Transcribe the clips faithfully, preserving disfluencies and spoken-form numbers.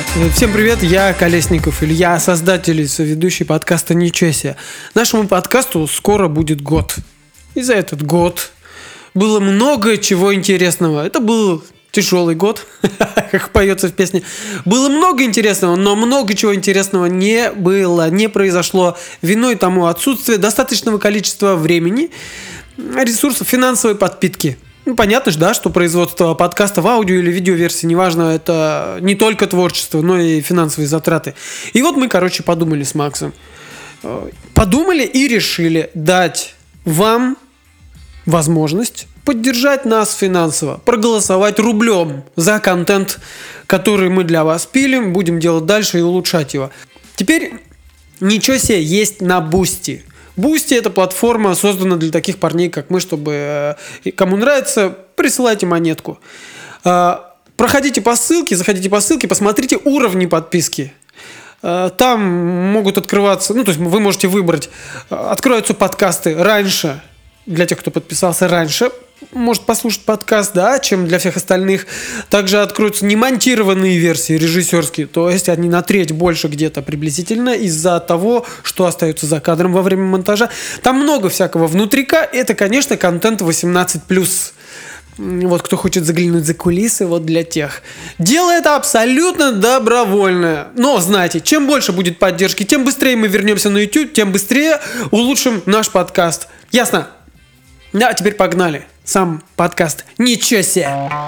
Всем привет, я Колесников Илья, создатель и соведущий подкаста «Ничего себе». Нашему подкасту скоро будет год. И за этот год было много чего интересного. Это был тяжелый год, как поется в песне. Было много интересного, но много чего интересного не было, не произошло. Виной тому отсутствие достаточного количества времени, ресурсов, финансовой подпитки. Ну, понятно же, да, что производство подкаста в аудио или видеоверсии, неважно, это не только творчество, но и финансовые затраты. И вот мы, короче, подумали с Максом. Подумали и решили дать вам возможность поддержать нас финансово, проголосовать рублем за контент, который мы для вас пилим, будем делать дальше и улучшать его. Теперь ничего себе есть на Бусти. Бусти – это платформа, создана для таких парней, как мы, чтобы кому нравится, присылайте монетку. Проходите по ссылке, заходите по ссылке, посмотрите уровни подписки. Там могут открываться, ну, то есть вы можете выбрать, откроются подкасты раньше, для тех, кто подписался раньше, может послушать подкаст, да, чем для всех остальных. Также откроются немонтированные версии, режиссерские, то есть они на треть больше где-то приблизительно из-за того, что остается за кадром во время монтажа. Там много всякого внутрика. Это, конечно, контент восемнадцать плюс. Вот кто хочет заглянуть за кулисы, вот для тех. Дело это абсолютно добровольное. Но, знаете, чем больше будет поддержки, тем быстрее мы вернемся на YouTube, тем быстрее улучшим наш подкаст. Ясно? Да, теперь погнали. Сам подкаст. Ничего себе!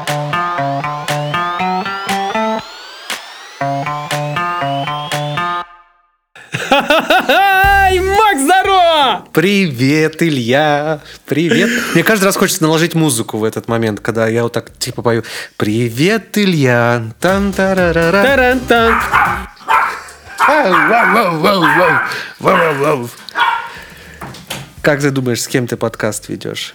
Ай, Макс, здорово! Привет, Илья! Привет! Мне каждый раз хочется наложить музыку в этот момент, когда я вот так типа пою «Привет, Илья!» Тан-тарарара. Таран-тан. Как ты думаешь, с кем ты подкаст ведешь?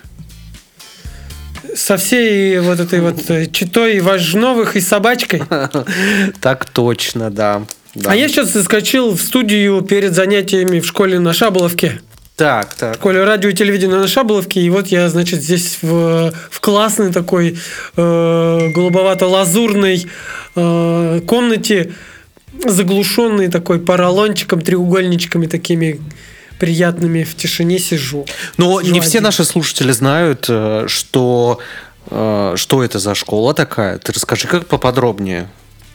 Со всей вот этой вот читой Важновых и собачкой. Так точно, да. да. А я сейчас заскочил в студию перед занятиями в школе на Шаболовке. Так, так. В школе радио и телевидения на Шаболовке. И вот я, значит, здесь в, в классной такой э, голубовато-лазурной э, комнате, заглушенной такой поролончиком, треугольничками такими приятными, в тишине сижу. Но сижу не один. все наши слушатели знают, что, что это за школа такая. Ты расскажи как поподробнее.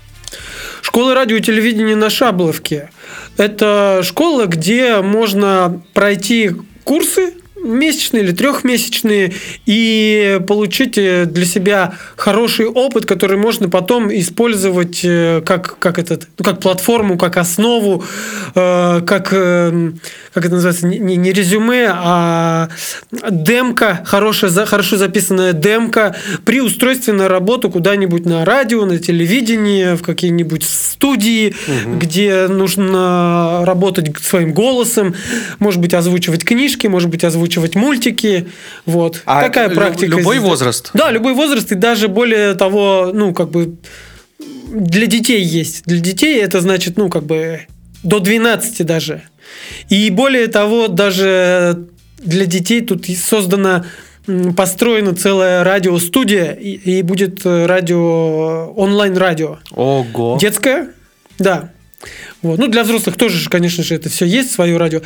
Школа радио и телевидения на Шаболовке. Это школа, где можно пройти курсы месячные или трехмесячные и получить для себя хороший опыт, который можно потом использовать как, как, этот, ну, как платформу, как основу, э, как, э, как это называется, не, не резюме, а демка, хорошая, хорошо записанная демка при устройстве на работу куда-нибудь на радио, на телевидении, в какие-нибудь студии, угу. где нужно работать своим голосом, может быть, озвучивать книжки, может быть, озвучивать мультики, вот. А такая практика. Любой здесь. возраст? Да, любой возраст, и даже более того, ну, как бы для детей есть. Для детей это значит, ну, как бы до двенадцати даже. И более того, даже для детей тут создана, построена целая радиостудия, и, и будет радио, онлайн-радио. Ого! Детское, да. Вот. Ну, для взрослых тоже, конечно же, это все есть, свое радио.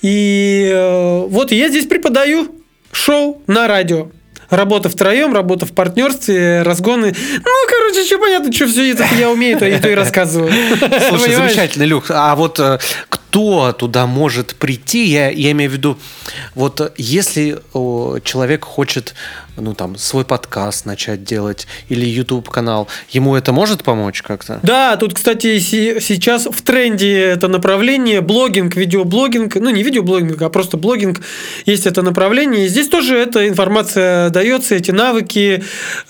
И э, вот я здесь преподаю шоу на радио. Работа втроем, работа в партнерстве, разгоны. Ну, короче, что понятно, что все это я умею, то и то и рассказываю. Слушай, замечательно, Люк. А вот кто туда может прийти? Я, я имею в виду, вот если о, человек хочет, ну, там, свой подкаст начать делать или YouTube-канал, ему это может помочь как-то? Да, тут, кстати, си- сейчас в тренде это направление блогинг, видеоблогинг, ну, не видеоблогинг, а просто блогинг, есть это направление. И здесь тоже эта информация дается, эти навыки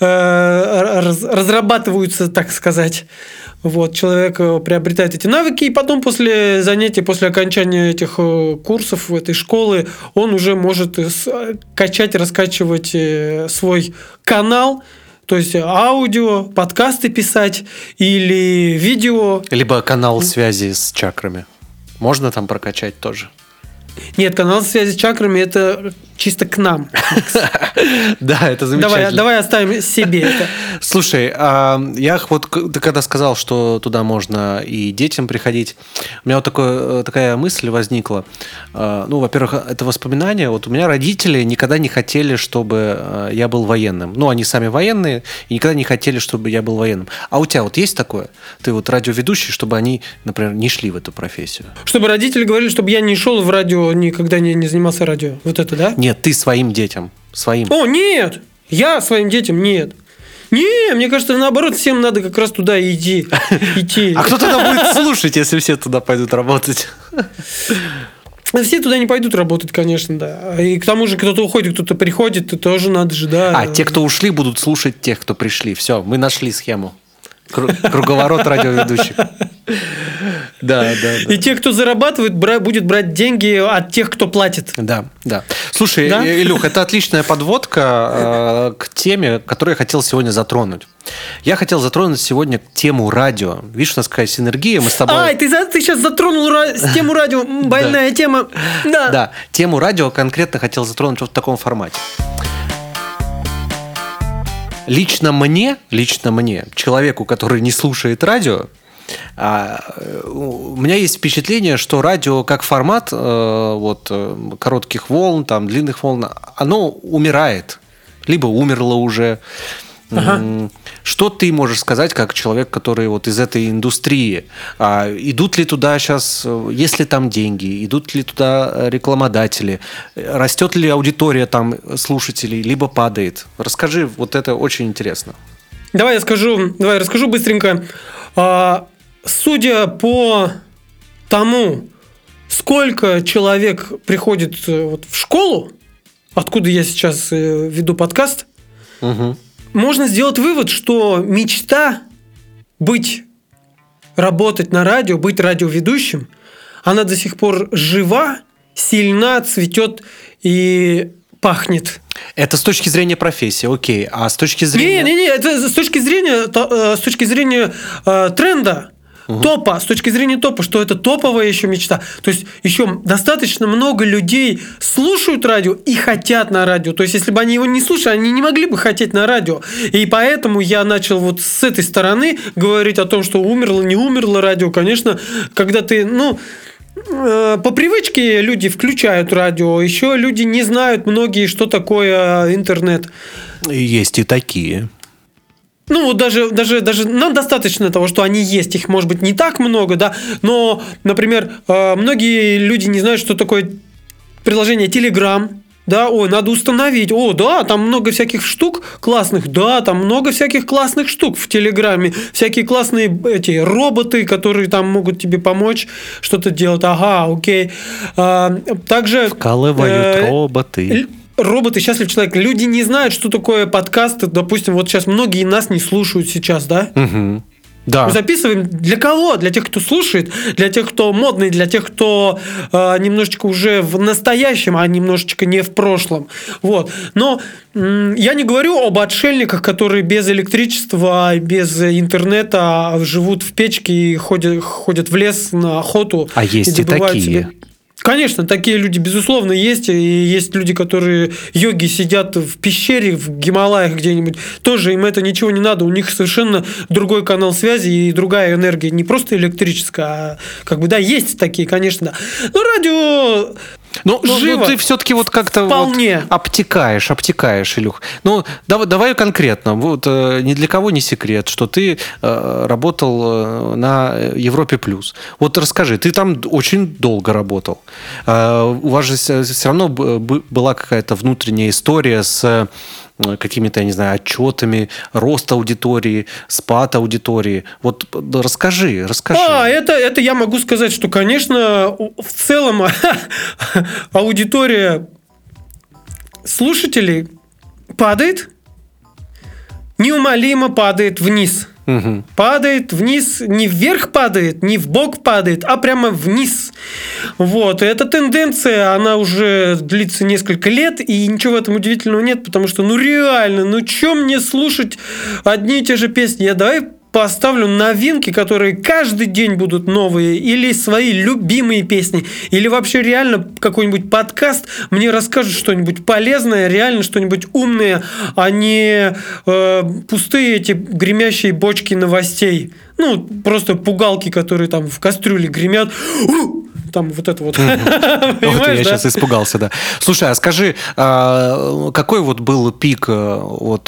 э, раз, разрабатываются, так сказать. Вот, человек приобретает эти навыки, и потом после занятий, после окончания этих курсов в этой школы, он уже может качать, раскачивать свой канал, то есть аудио, подкасты писать или видео. Либо канал связи с чакрами. Можно там прокачать тоже? Нет, канал связи с чакрами – это чисто к нам. Да, это замечательно. Давай, давай оставим себе это. Слушай, я вот ты когда сказал, что туда можно и детям приходить, у меня вот такое, такая мысль возникла. Ну, во-первых, это воспоминание. Вот у меня родители никогда не хотели, чтобы я был военным. Ну, они сами военные, и никогда не хотели, чтобы я был военным. А у тебя вот есть такое? Ты вот радиоведущий, чтобы они, например, не шли в эту профессию? Чтобы родители говорили, чтобы я не шел в радио, никогда не, не занимался радио. Вот это, да? Нет, ты своим детям. Своим. О, нет! Я своим детям нет. Не, мне кажется, наоборот, всем надо как раз туда идти. идти. А кто тогда будет слушать, если все туда пойдут работать? Все туда не пойдут работать, конечно, да. И к тому же кто-то уходит, кто-то приходит, то тоже надо же, да. А те, кто ушли, будут слушать тех, кто пришли. Все, мы нашли схему. Круговорот радиоведущих. Да, да, да. И те, кто зарабатывает, будет брать деньги от тех, кто платит. Да, да. Слушай, да? Илюх, это отличная подводка э, к теме, которую я хотел сегодня затронуть. Я хотел затронуть сегодня тему радио. Видишь, у нас какая синергия, мы с тобой... Ай, ты, ты сейчас затронул ра- тему радио, больная да. тема. Да. да, тему радио конкретно хотел затронуть вот в таком формате. Лично мне, лично мне, человеку, который не слушает радио, у меня есть впечатление, что радио как формат вот, коротких волн, там, длинных волн, оно умирает. Либо умерло уже. Ага. Что ты можешь сказать, как человек, который вот из этой индустрии? А, идут ли туда сейчас, есть ли там деньги? Идут ли туда рекламодатели? Растет ли аудитория там слушателей, либо падает? Расскажи, вот это очень интересно. Давай я скажу, давай я расскажу быстренько. А, судя по тому, сколько человек приходит вот в школу, откуда я сейчас веду подкаст, угу. можно сделать вывод, что мечта быть, работать на радио, быть радиоведущим, она до сих пор жива, сильна, цветет и пахнет. Это с точки зрения профессии, окей. А с точки зрения... Не-не-не, это с точки зрения, с точки зрения э, тренда, угу. топа, с точки зрения топа, что это топовая еще мечта. То есть еще достаточно много людей слушают радио и хотят на радио. То есть если бы они его не слушали, они не могли бы хотеть на радио. И поэтому я начал вот с этой стороны говорить о том, что умерло, не умерло радио. Конечно, когда ты, ну... по привычке люди включают радио, еще люди не знают многие, что такое интернет. Есть и такие. Ну, вот даже, даже, даже нам достаточно того, что они есть. Их, может быть, не так много, да. Но, например, многие люди не знают, что такое приложение Telegram. Да, ой, надо установить. О, да, там много всяких штук классных. Да, там много всяких классных штук в Телеграме. Всякие классные эти роботы, которые там могут тебе помочь что-то делать. Ага, окей. А, также... Вкалывают э, роботы. Роботы, счастлив человек. Люди не знают, что такое подкасты. Допустим, вот сейчас многие нас не слушают сейчас, да? Угу. Да. Мы записываем для кого? Для тех, кто слушает, для тех, кто модный, для тех, кто э, немножечко уже в настоящем, а немножечко не в прошлом. Вот. Но э, я не говорю об отшельниках, которые без электричества, без интернета живут в печке и ходят, ходят в лес на охоту. А есть и, и такие. Себе... Конечно, такие люди, безусловно, есть. И есть люди, которые йоги сидят в пещере, в Гималаях где-нибудь. Тоже им это ничего не надо. У них совершенно другой канал связи и другая энергия. Не просто электрическая, а как бы, да, есть такие, конечно, да. Но радио... Ну, ну, ты все-таки вот как-то вот обтекаешь, обтекаешь, Илюх. Ну, давай, давай конкретно. Вот, э, ни для кого не секрет, что ты э, работал на Европе плюс. Вот расскажи, ты там очень долго работал. Э, у вас же все равно была какая-то внутренняя история с какими-то, я не знаю, отчетами, рост аудитории, спад аудитории. Вот расскажи, расскажи. А, это, это я могу сказать, что, конечно, в целом аудитория слушателей падает, неумолимо падает вниз. Угу. Падает вниз, не вверх падает, не вбок падает, а прямо вниз. Вот. И эта тенденция, она уже длится несколько лет, и ничего в этом удивительного нет, потому что, ну реально, ну чё мне слушать одни и те же песни? Я давай поставлю новинки, которые каждый день будут новые, или свои любимые песни, или вообще реально какой-нибудь подкаст мне расскажет что-нибудь полезное, реально что-нибудь умное, а не э, пустые эти гремящие бочки новостей. Ну, просто пугалки, которые там в кастрюле гремят. Там вот это вот. Вот я сейчас испугался, да. Слушай, а скажи, какой вот был пик вот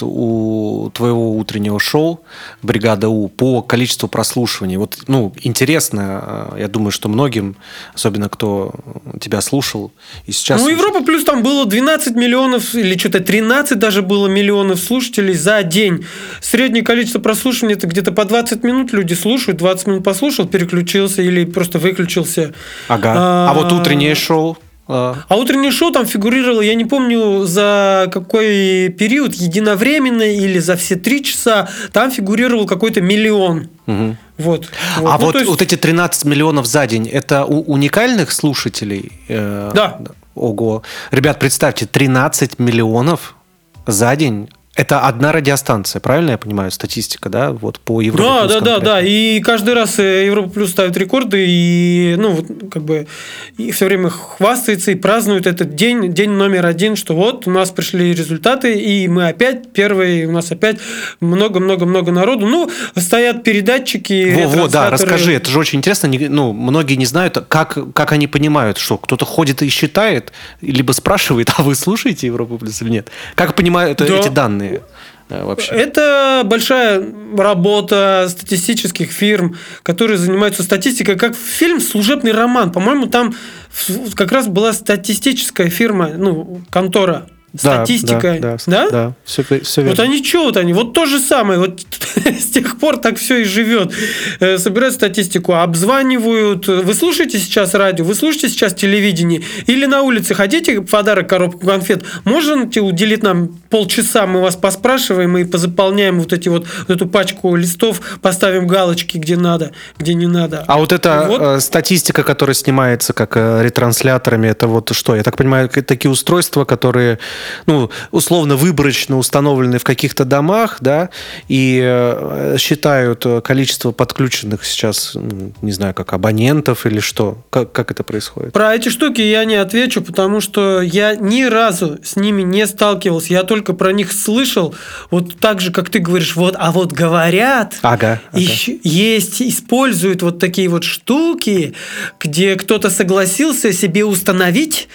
у твоего утреннего шоу «Бригада У» по количеству прослушиваний? Вот, ну, интересно, я думаю, что многим, особенно кто тебя слушал, и сейчас... Ну, Европа Плюс там было двенадцать миллионов, или что-то тринадцать даже было миллионов слушателей за день. Среднее количество прослушиваний — это где-то по двадцать минут люди слушают, двадцать минут послушал, переключился или просто выключился. Ага. А, а вот утреннее шоу? А утреннее шоу там фигурировало, я не помню, за какой период, единовременно или за все три часа, там фигурировал какой-то миллион. Угу. Вот, вот. А ну, вот, есть... вот эти тринадцать миллионов за день, это у уникальных слушателей? Да. Ого. Ребят, представьте, тринадцать миллионов за день. Это одна радиостанция, правильно я понимаю, статистика, да, вот по Европе да, Плюс да, конкретно? да, да, и каждый раз Европа Плюс ставит рекорды, и, ну, вот, как бы, и все время хвастается и празднует этот день, день номер один, что вот у нас пришли результаты, и мы опять первые, у нас опять много-много-много народу. Ну, стоят передатчики, Во, во, да, расскажи, это же очень интересно, ну, многие не знают, как, как они понимают, что кто-то ходит и считает, либо спрашивает, а вы слушаете Европу Плюс или нет? Как понимают да. эти данные? Вообще. Это большая работа статистических фирм, которые занимаются статистикой, как фильм «Служебный роман». По-моему, там как раз была статистическая фирма, ну, контора. Статистика, да? Да, да, да все, все верно. Вот они что, вот они, вот то же самое, вот с тех пор так все и живет. Собирают статистику, обзванивают. Вы слушаете сейчас радио, вы слушаете сейчас телевидение, или на улице хотите подарок, коробку конфет, можете уделить нам полчаса, мы вас поспрашиваем и позаполняем вот эти вот, вот эту пачку листов, поставим галочки, где надо, где не надо. А вот эта вот. статистика, которая снимается как ретрансляторами, это вот что? Я так понимаю, такие устройства, которые ну, условно выборочно установлены в каких-то домах, да, и э, считают количество подключенных сейчас, не знаю, как абонентов или что? Как, как это происходит? Про эти штуки я не отвечу, потому что я ни разу с ними не сталкивался. Я только про них слышал, вот так же, как ты говоришь, вот, а вот говорят, ага, ага. Еще есть, используют вот такие вот штуки, где кто-то согласился себе установить,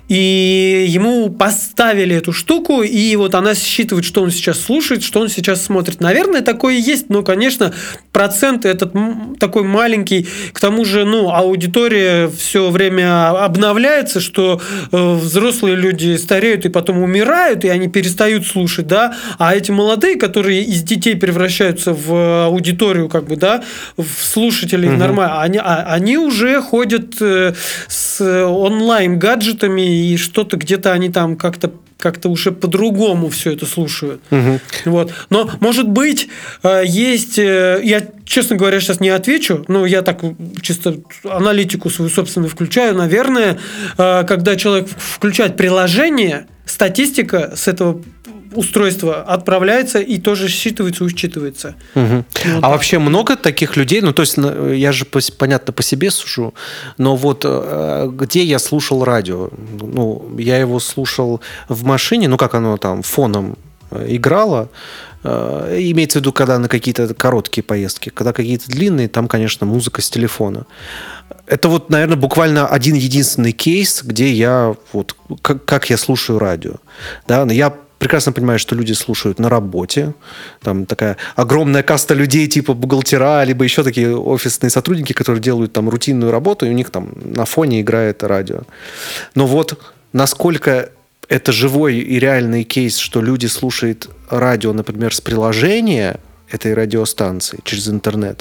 и ему поставили эту штуку, и вот она считывает, что он сейчас слушает, что он сейчас смотрит. Наверное, такое и есть, но, конечно, процент этот такой маленький. К тому же, ну, аудитория все время обновляется, что э, взрослые люди стареют и потом умирают, и они перестают слушать, да, а эти молодые, которые из детей превращаются в аудиторию, как бы, да, в слушателей угу. нормально, они, они уже ходят э, с онлайн-гаджетами, и что-то где-то они там как-то как-то уже по-другому все это слушают. Угу. Вот. Но, может быть, есть... Я, честно говоря, сейчас не отвечу, но я так чисто аналитику свою собственную включаю. Наверное, когда человек включает приложение, статистика с этого устройство отправляется и тоже считывается, учитывается. Угу. Вот а так. Вообще много таких людей? Ну, то есть, я же, понятно, по себе сужу, но вот где я слушал радио? Ну, я его слушал в машине, ну, как оно там фоном играло. Имеется в виду, когда на какие-то короткие поездки. Когда какие-то длинные, там, конечно, музыка с телефона. Это вот, наверное, буквально один единственный кейс, где я вот как, как я слушаю радио. Да, я прекрасно понимаю, что люди слушают на работе. Там такая огромная каста людей, типа бухгалтера, либо еще такие офисные сотрудники, которые делают там рутинную работу, и у них там на фоне играет радио. Но вот насколько это живой и реальный кейс, что люди слушают радио, например, с приложения этой радиостанции через интернет,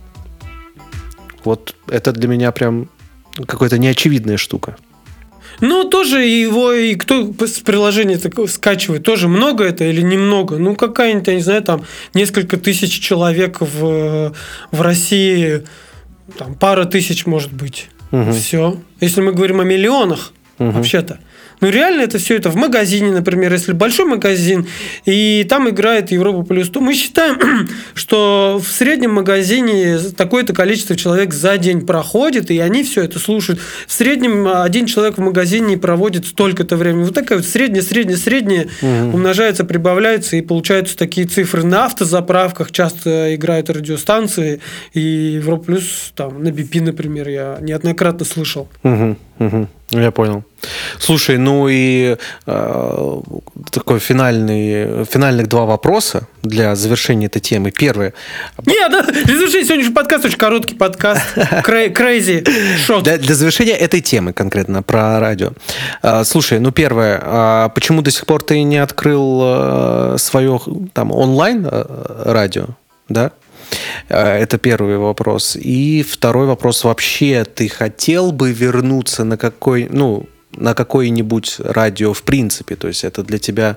вот это для меня прям какая-то неочевидная штука. Ну, тоже его, и кто с приложения скачивает, тоже много это или немного? Ну, какая-нибудь, я не знаю, там несколько тысяч человек в, в России, там пара тысяч, может быть. Угу. Все. Если мы говорим о миллионах, угу. вообще-то. Ну, реально это все это в магазине, например, если большой магазин, и там играет Европа Плюс, то мы считаем, что в среднем магазине такое-то количество человек за день проходит, и они все это слушают. В среднем один человек в магазине проводит столько-то времени. Вот такая вот средняя, средняя, средняя угу. умножается, прибавляется, и получаются такие цифры. На автозаправках часто играют радиостанции, и Европа Плюс там на би пи, например, я неоднократно слышал. Угу, угу. Я понял. Слушай, ну и э, такой финальный, финальных два вопроса для завершения этой темы. Первое. Нет, да, для завершения сегодняшнего подкаста очень короткий подкаст. Crazy shot. Для, для завершения этой темы конкретно про радио. Э, слушай, ну первое. Э, почему до сих пор ты не открыл э, свое там онлайн э, радио, да? Это первый вопрос. И второй вопрос. Вообще, ты хотел бы вернуться на какой, ну, на какое-нибудь радио в принципе? То есть это для тебя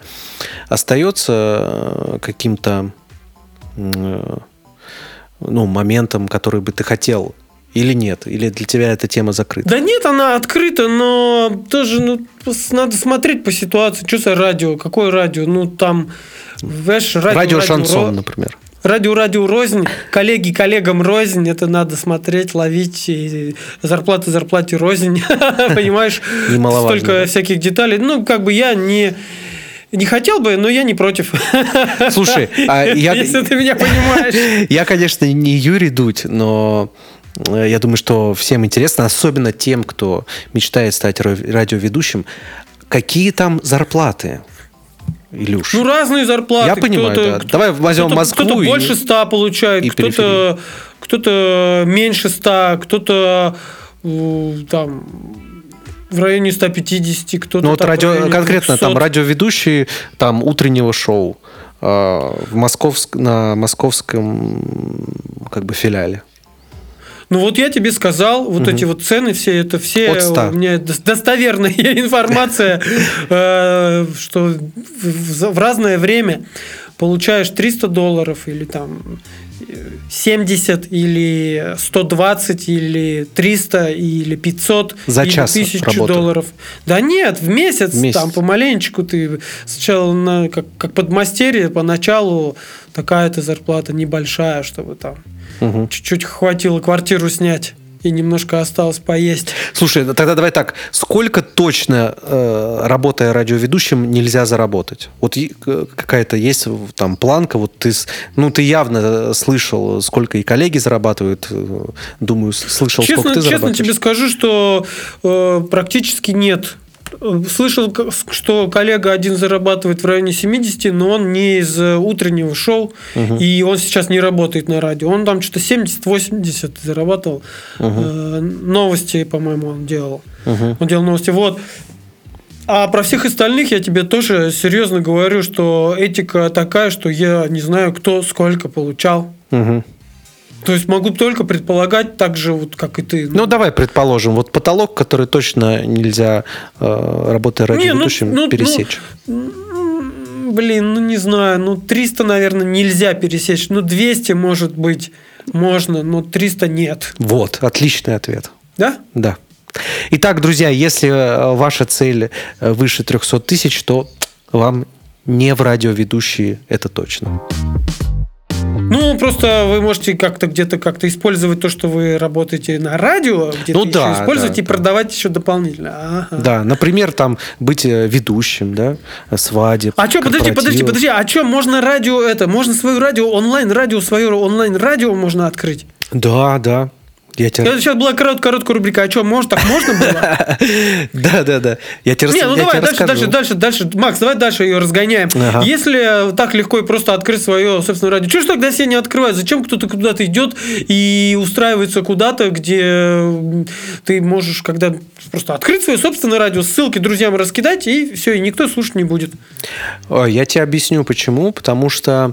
остается каким-то ну, моментом, который бы ты хотел? Или нет? Или для тебя эта тема закрыта? Да нет, она открыта, но тоже ну, надо смотреть по ситуации. Что за радио? Какое радио? Ну, там, знаешь, радио... Радио, радио шансон, ро... например. Радио-радио рознь, коллеги коллегам рознь, это надо смотреть, ловить, и зарплата зарплате рознь, понимаешь? Немаловажно. Столько всяких деталей. Ну, как бы я не... Не хотел бы, но я не против. Слушай, а я... если ты меня понимаешь. Я, конечно, не Юрий Дудь, но я думаю, что всем интересно, особенно тем, кто мечтает стать радиоведущим, какие там зарплаты? Илюш. Ну, разные зарплаты. Я понимаю, да. Кто, Давай возьмем кто-то, Москву. Кто-то и... больше ста получает, кто-то, кто-то меньше ста, кто-то там в районе ста пятидесяти, кто-то ну, вот там радио, в районе конкретно двухсот. Там радиоведущие там, утреннего шоу э, в Московск, на московском как бы, филиале. Ну вот я тебе сказал, вот угу. эти вот цены все, это все у меня достоверная информация, что в разное время получаешь триста долларов или там семьдесят или сто двадцать или триста или пятьсот за или час тысячу работы. Долларов. Да нет, в месяц, в месяц. Там помаленечку ты сначала на, как, как подмастерье поначалу такая-то зарплата небольшая, чтобы там угу. чуть-чуть хватило квартиру снять. И немножко осталось поесть. Слушай, тогда давай так. Сколько точно, э, работая радиоведущим, нельзя заработать? Вот какая-то есть там планка, вот ты, ну, ты явно слышал, сколько и коллеги зарабатывают. Думаю, слышал, честно, сколько ты честно зарабатываешь. Честно тебе скажу, что э, практически нет. Слышал, что коллега один зарабатывает в районе семидесяти, но он не из утреннего шоу, угу. и он сейчас не работает на радио. Он там что-то семьдесят-восемьдесят зарабатывал. Угу. Новости, по-моему, он делал. Угу. Он делал новости. Вот. А про всех остальных я тебе тоже серьезно говорю, что этика такая, что я не знаю, кто сколько получал. Угу. То есть могу только предполагать так же, вот, как и ты. Ну, ну давай предположим, вот потолок, который точно нельзя, э, работая радиоведущим, ну, ну, пересечь. Ну, блин, ну не знаю, ну триста, наверное, нельзя пересечь. Ну, двести, может быть, можно, но триста нет. Вот, отличный ответ. Да? Да. Итак, друзья, если ваша цель выше трехсот тысяч, то вам не в радиоведущие, это точно. Ну, просто вы можете как-то где-то как-то использовать то, что вы работаете на радио, где-то ну, еще да, использовать да, и да. продавать еще дополнительно. Ага. Да, например, там быть ведущим, да, свадеб. А что, подожди, подожди, подожди, а что, можно радио это, можно свое радио онлайн, радио, свое онлайн радио можно открыть? Да, да. Я тебе... Это сейчас была корот, короткая рубрика. А что, может, так можно было? Да, да, да. Я тебе Не, ну давай дальше, дальше, дальше, дальше. Макс, давай дальше ее разгоняем. Если так легко и просто открыть свое собственное радио, что ж тогда все не открывают? Зачем кто-то куда-то идет и устраивается куда-то, где ты можешь, когда просто открыть свое собственное радио, ссылки друзьям раскидать, и все, и никто слушать не будет. Я тебе объясню, почему. Потому что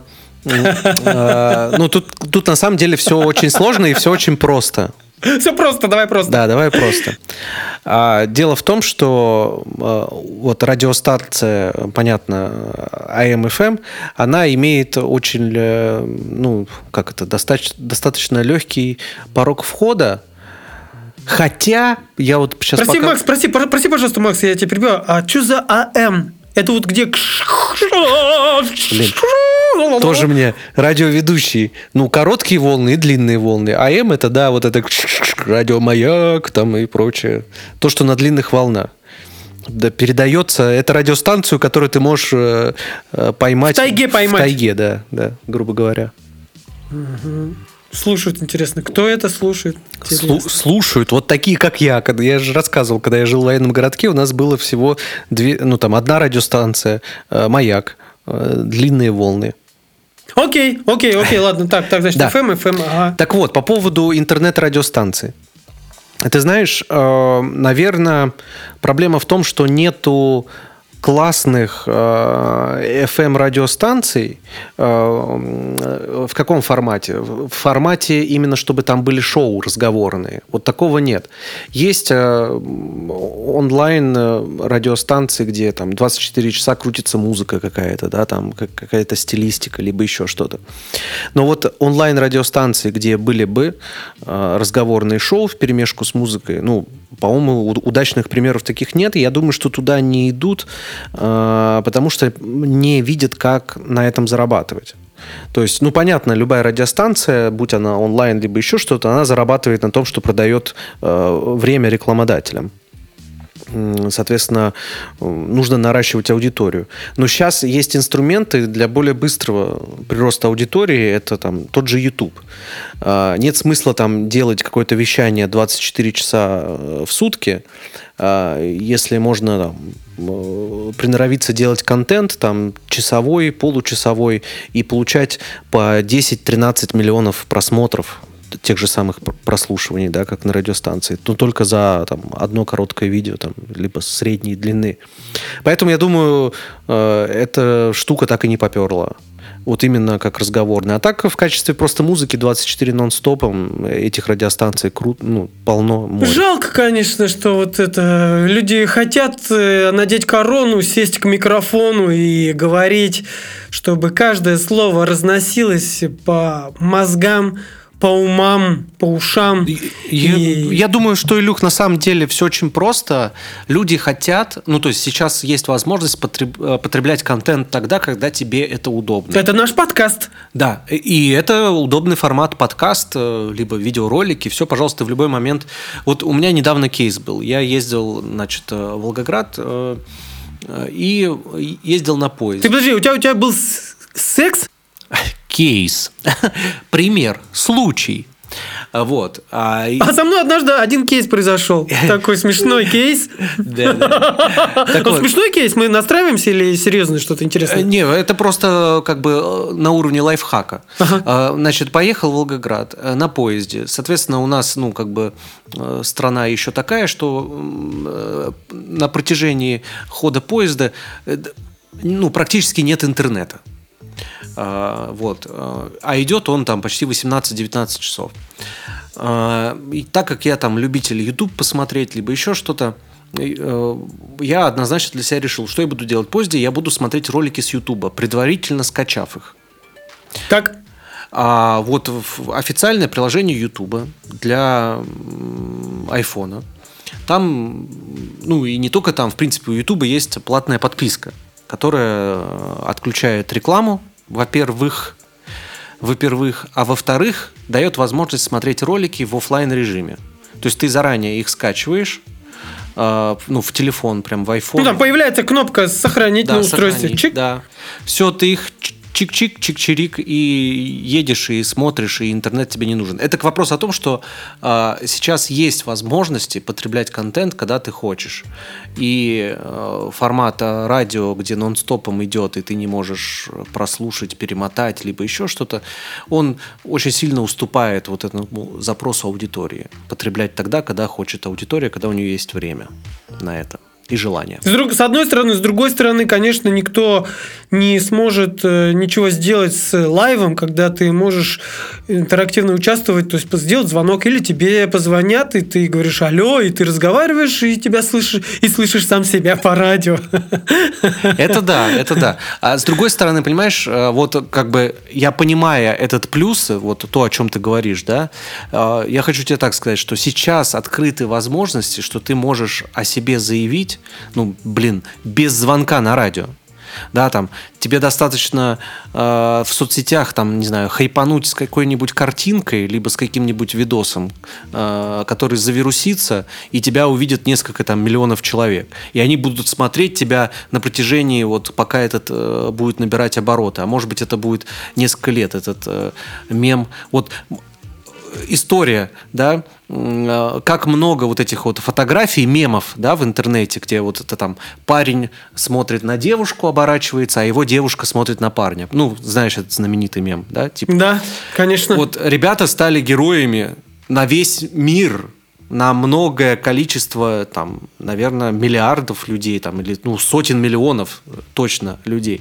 ну, тут, тут на самом деле все очень сложно и все очень просто. Все просто, давай просто. Да, давай просто. А, дело в том, что а, вот радиостанция, понятно, эй эм эф эм, она имеет очень, ну, как это, достаточно, достаточно легкий порог входа. Хотя, я вот сейчас Прости, пока... Макс, прости, про- прости, пожалуйста, Макс, я тебя перебью. А что за АМ? Это вот где... Блин, тоже мне радиоведущий. Ну, короткие волны и длинные волны. АМ это, да, вот это радиомаяк там и прочее. То, что на длинных волнах. Да, передается, это радиостанцию, которую ты можешь э, поймать. В тайге поймать. В тайге, да, да, грубо говоря. Угу. Слушают, интересно. Кто это слушает? Слу- слушают. Вот такие, как я. Когда, я же рассказывал, когда я жил в военном городке, у нас было всего две, ну, там, одна радиостанция, э, «Маяк», э, длинные волны. Окей, окей, окей, ладно. Так, так, значит, Да. эф эм, эф эм, ага. Так вот, по поводу интернет-радиостанций. Ты знаешь, э, наверное, проблема в том, что нету классных э, эф эм-радиостанций. Э, в каком формате? В формате именно, чтобы там были шоу разговорные. Вот такого нет. Есть э, онлайн-радиостанции, где там двадцать четыре часа крутится музыка какая-то, да, там какая-то стилистика, либо еще что-то. Но вот онлайн-радиостанции, где были бы э, разговорные шоу вперемешку с музыкой, ну, по-моему, удачных примеров таких нет. И я думаю, что туда не идут, потому что не видят, как на этом зарабатывать. То есть, ну, понятно, любая радиостанция, будь она онлайн, либо еще что-то, она зарабатывает на том, что продает время рекламодателям. Соответственно, нужно наращивать аудиторию. Но сейчас есть инструменты для более быстрого прироста аудитории. Это там тот же YouTube. Нет смысла там делать какое-то вещание двадцать четыре часа в сутки, если можно там, приноровиться делать контент там часовой, получасовой и получать по десять-тринадцать миллионов просмотров тех же самых прослушиваний, да, как на радиостанции, но только за там, одно короткое видео, там, либо средней длины. Поэтому, я думаю, э, эта штука так и не поперла. Вот именно как разговорная. А так, в качестве просто музыки двадцать четыре нон-стопом этих радиостанций крут, ну, полно. Море. Жалко, конечно, что вот это люди хотят надеть корону, сесть к микрофону и говорить, чтобы каждое слово разносилось по мозгам, по умам, по ушам. Я, и... я думаю, что, Илюх, на самом деле все очень просто. Люди хотят, ну, то есть сейчас есть возможность потреб, потреблять контент тогда, когда тебе это удобно. Это наш подкаст. Да, и это удобный формат подкаст, либо видеоролики, все, пожалуйста, в любой момент. Вот у меня недавно кейс был. Я ездил, значит, в Волгоград и ездил на поезде. Ты подожди, у тебя, у тебя был секс? Кейс. Пример. Случай. Вот. А, а со мной однажды один кейс произошел. Такой смешной кейс. Да, да. Смешной кейс? Мы настраиваемся или серьезно что-то интересное? Не, это просто как бы на уровне лайфхака. Значит, поехал в Волгоград на поезде. Соответственно, у нас, ну, как бы страна еще такая, что на протяжении хода поезда, ну, практически нет интернета. Вот. А идет он там почти восемнадцать-девятнадцать часов. И так как я там любитель YouTube посмотреть, либо еще что-то, я однозначно для себя решил, что я буду делать в поезде. Я буду смотреть ролики с YouTube, предварительно скачав их. Как? А вот официальное приложение YouTube для айфона. Там, ну и не только там, в принципе, у YouTube есть платная подписка, которая отключает рекламу, во-первых, во-первых, а во-вторых, дает возможность смотреть ролики в офлайн режиме. То есть ты заранее их скачиваешь, э, ну, в телефон, прям в iPhone. Ну, там появляется кнопка «Сохранить да, на устройстве». Сохранить, Чик. Да. Все, ты их чик-чик, чик-чирик, и едешь, и смотришь, и интернет тебе не нужен. Это к вопросу о том, что э, сейчас есть возможности потреблять контент, когда ты хочешь. И э, формат радио, где нон-стопом идет, и ты не можешь прослушать, перемотать, либо еще что-то, он очень сильно уступает вот этому запросу аудитории. Потреблять тогда, когда хочет аудитория, когда у нее есть время на это. и желание. С, друг, с одной стороны, с другой стороны, конечно, никто не сможет э, ничего сделать с лайвом, когда ты можешь интерактивно участвовать, то есть сделать звонок, или тебе позвонят, и ты говоришь алло, и ты разговариваешь, и тебя слышишь, и слышишь сам себя по радио. Это да, это да. А с другой стороны, понимаешь, вот как бы я понимая этот плюс, вот то, о чем ты говоришь, да, я хочу тебе так сказать, что сейчас открыты возможности, что ты можешь о себе заявить, ну, блин, без звонка на радио. Да, там, тебе достаточно э, в соцсетях, там, не знаю, хайпануть с какой-нибудь картинкой, либо с каким-нибудь видосом, э, который завирусится, и тебя увидят несколько там миллионов человек. И они будут смотреть тебя на протяжении, вот, пока этот э, будет набирать обороты. А может быть, это будет несколько лет, этот э, мем. Вот история, да, как много вот этих вот фотографий, мемов, да, в интернете, где вот это там парень смотрит на девушку, оборачивается, а его девушка смотрит на парня. Ну, знаешь, этот знаменитый мем, да? Типа, да, конечно. Вот ребята стали героями на весь мир, на многое количество, там, наверное, миллиардов людей, там, или ну, сотен миллионов точно людей.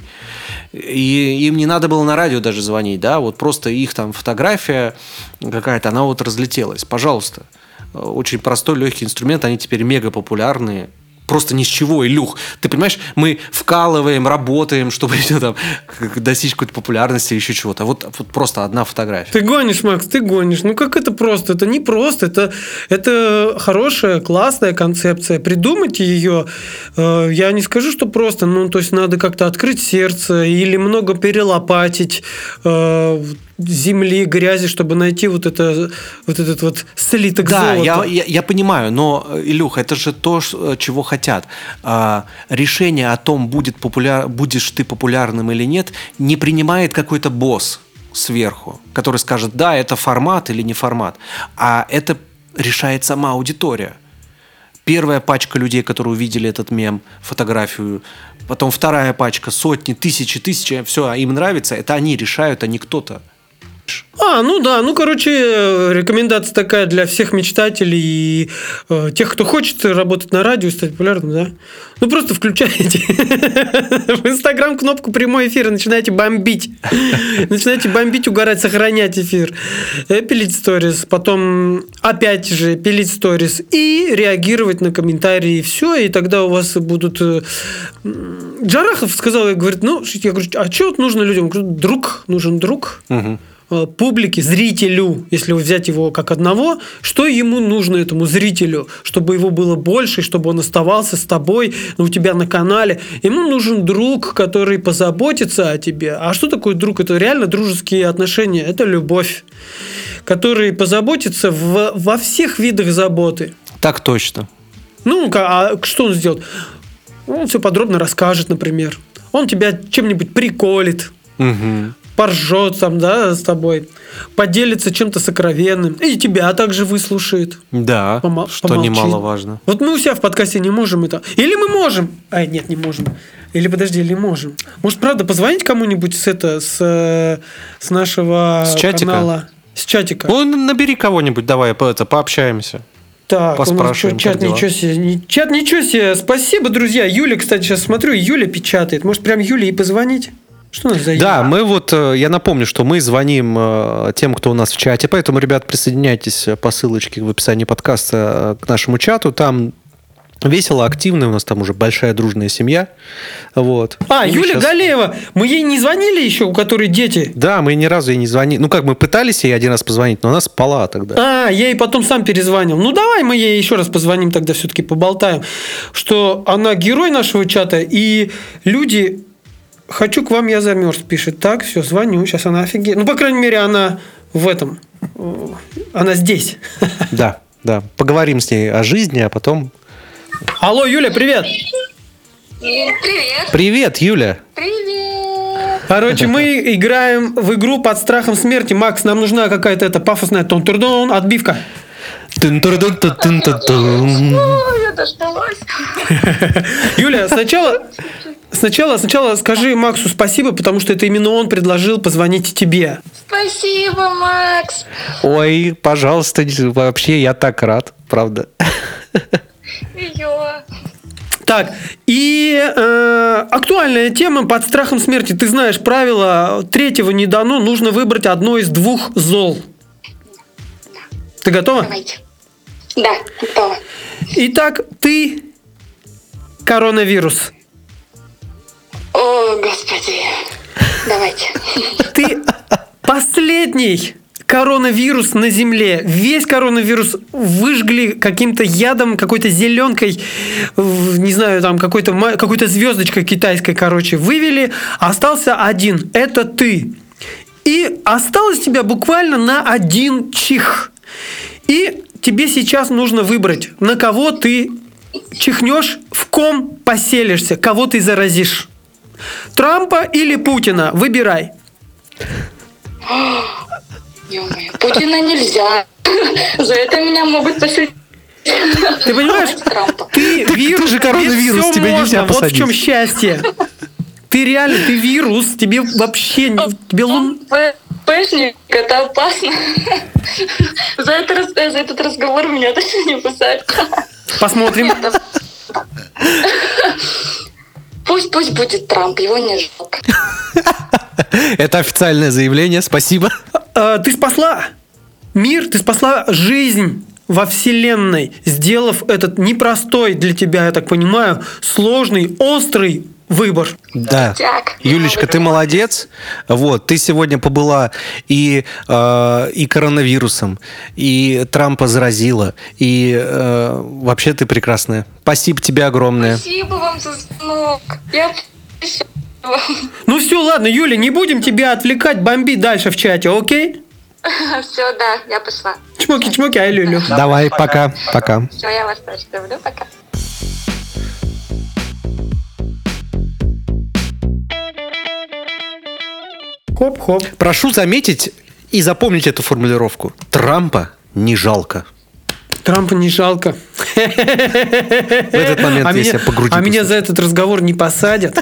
И им не надо было на радио даже звонить, да, вот просто их там фотография какая-то, она вот разлетелась. Пожалуйста. Очень простой, легкий инструмент, они теперь мега популярные. Просто ни с чего, Илюх. Ты понимаешь, мы вкалываем, работаем, чтобы там, достичь какой-то популярности или еще чего-то. Вот, вот просто одна фотография. Ты гонишь, Макс, ты гонишь. Ну как это просто? Это не просто. Это, это хорошая, классная концепция. Придумать ее, э, я не скажу, что просто. Ну, то есть надо как-то открыть сердце или много перелопатить э, земли, грязи, чтобы найти вот, это, вот этот вот слиток да, золота. Да, я, я, я понимаю, но, Илюх, это же то, чего хотят. А, решение о том, будет популяр... будешь ты популярным или нет, не принимает какой-то босс сверху, который скажет, да, это формат или не формат. А это решает сама аудитория. Первая пачка людей, которые увидели этот мем, фотографию, потом вторая пачка, сотни, тысячи, тысячи, все, им нравится, это они решают, а не кто-то. А, ну да, ну, короче, рекомендация такая для всех мечтателей и э, тех, кто хочет работать на радио и стать популярным, да. Ну, просто включайте в Инстаграм кнопку прямой эфир и начинаете бомбить. Начинаете бомбить, угорать, сохранять эфир. Пилить сторис, потом опять же пилить сторис и реагировать на комментарии. И все, и тогда у вас будут... Джарахов сказал, и говорит, ну, я говорю, а что вот нужно людям? Говорю, друг, нужен друг. Угу. Публике, зрителю, если взять его как одного, что ему нужно этому зрителю, чтобы его было больше, чтобы он оставался с тобой, у тебя на канале. Ему нужен друг, который позаботится о тебе. А что такое друг? Это реально дружеские отношения, это любовь, который позаботится в, во всех видах заботы. Так точно. Ну, а что он сделает? Он все подробно расскажет, например. Он тебя чем-нибудь приколит. Угу. Поржет там, да, с тобой, поделится чем-то сокровенным, и тебя также выслушает. Да, Помо- что помолчит. Немаловажно. Вот мы у себя в подкасте не можем это. Или мы можем. Ай, нет, не можем. Или подожди, или можем. Может, правда, позвонить кому-нибудь с это, с, с нашего с канала? С чатика. Ну, набери кого-нибудь, давай это, пообщаемся. Так, у нас что, чат ничего себе. Чат ничего себе. Спасибо, друзья. Юля, кстати, сейчас смотрю, Юля печатает. Может, прям Юле и позвонить? Что у нас за Да, мы вот, я напомню, что мы звоним тем, кто у нас в чате, поэтому, ребят, присоединяйтесь по ссылочке в описании подкаста к нашему чату, там весело, активно, у нас там уже большая дружная семья. Вот. А, и Юля сейчас... Галеева, мы ей не звонили еще, у которой дети? Да, мы ни разу ей не звонили. Ну, как мы пытались ей один раз позвонить, но она спала тогда. А, я ей потом сам перезвонил. Ну, давай мы ей еще раз позвоним, тогда все-таки поболтаем, что она герой нашего чата, и люди... Хочу к вам, я замерз, пишет. Так, все, звоню. Сейчас она офигеет. Ну, по крайней мере, она в этом. Она здесь. Да, да. Поговорим с ней о жизни, а потом... Алло, Юля, привет. Привет. Привет, Юля. Привет. Короче, мы играем в игру под страхом смерти. Макс, нам нужна какая-то эта пафосная тон-турдон, отбивка. Я дождалась. Юля, сначала... Сначала, сначала скажи Максу спасибо, потому что это именно он предложил позвонить тебе. Спасибо, Макс. Ой, пожалуйста, вообще я так рад, правда. Ее. Так, и э, актуальная тема под страхом смерти. Ты знаешь правило, третьего не дано, нужно выбрать одно из двух зол. Ты готова? Давайте. Да, готова. Итак, ты коронавирус. О, господи. Давайте. Ты последний коронавирус на Земле. Весь коронавирус выжгли каким-то ядом, какой-то зеленкой, не знаю, там какой-то, какой-то звездочкой китайской, короче, вывели. Остался один. Это ты. И осталось тебя буквально на один чих. И тебе сейчас нужно выбрать, на кого ты чихнешь, в ком поселишься, кого ты заразишь. Трампа или Путина? Выбирай. Ё-моё, Путина нельзя. За это меня могут посадить. Ты понимаешь? Трампа. Ты вирус, ты же коронавирус, тебе тебе всё нельзя можно. Вот в посадить. чем счастье. Ты реально, ты вирус, тебе вообще не... Тебе лун... ППшник, это опасно. За, это, рас- за этот разговор меня точно не посадят. Посмотрим. Пусть, пусть будет Трамп, его не жалко. Это официальное заявление, спасибо. А, Ты спасла мир, ты спасла жизнь во Вселенной, сделав этот непростой для тебя, я так понимаю, сложный, острый выбор. Да. Так. Юлечка, ты молодец. Вот, ты сегодня побыла и, э, и коронавирусом, и Трампа заразила, и э, вообще ты прекрасная. Спасибо тебе огромное. Спасибо вам за звонок. Я прощаю вам. Ну все, ладно, Юля, не будем тебя отвлекать, бомбить дальше в чате, окей? Все, да, я пошла. Чмоки-чмоки, ай, Люлю. Давай, пока, пока. Все, я вас тоже люблю, пока. Хоп-хоп. Прошу заметить и запомнить эту формулировку. Трампа не жалко. Трампа не жалко. В этот момент а я меня, себя по груди а меня пустил. за этот разговор не посадят.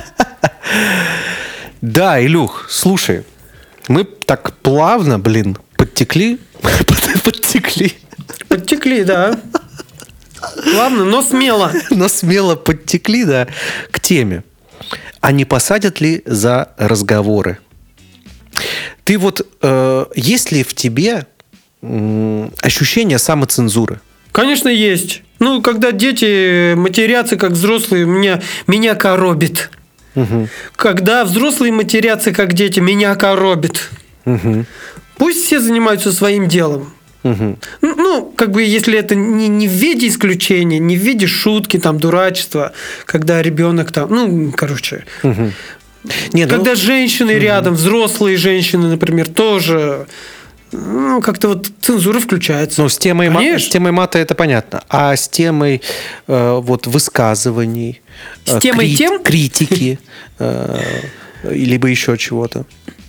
Да, Илюх, слушай, мы так плавно, блин, подтекли, подтекли, Подтекли, да. Ладно, но смело. но смело подтекли, да, к теме. А не посадят ли за разговоры? Ты вот, э, есть ли в тебе м, ощущение самоцензуры? Конечно, есть. Ну, когда дети матерятся, как взрослые, меня, меня коробит. Угу. Когда взрослые матерятся, как дети, меня коробит. Угу. Пусть все занимаются своим делом. Угу. Ну, ну, как бы, если это не, не в виде исключения, не в виде шутки, там, дурачества, когда ребенок там, ну, короче. Угу. Не, ну, Когда женщины рядом, взрослые женщины, например, тоже, ну, как-то вот цензура включается. ну, с темой, ма- Конечно. с темой мата это понятно. А с темой э, вот высказываний, С э, темой тем? критики, э, либо еще чего-то.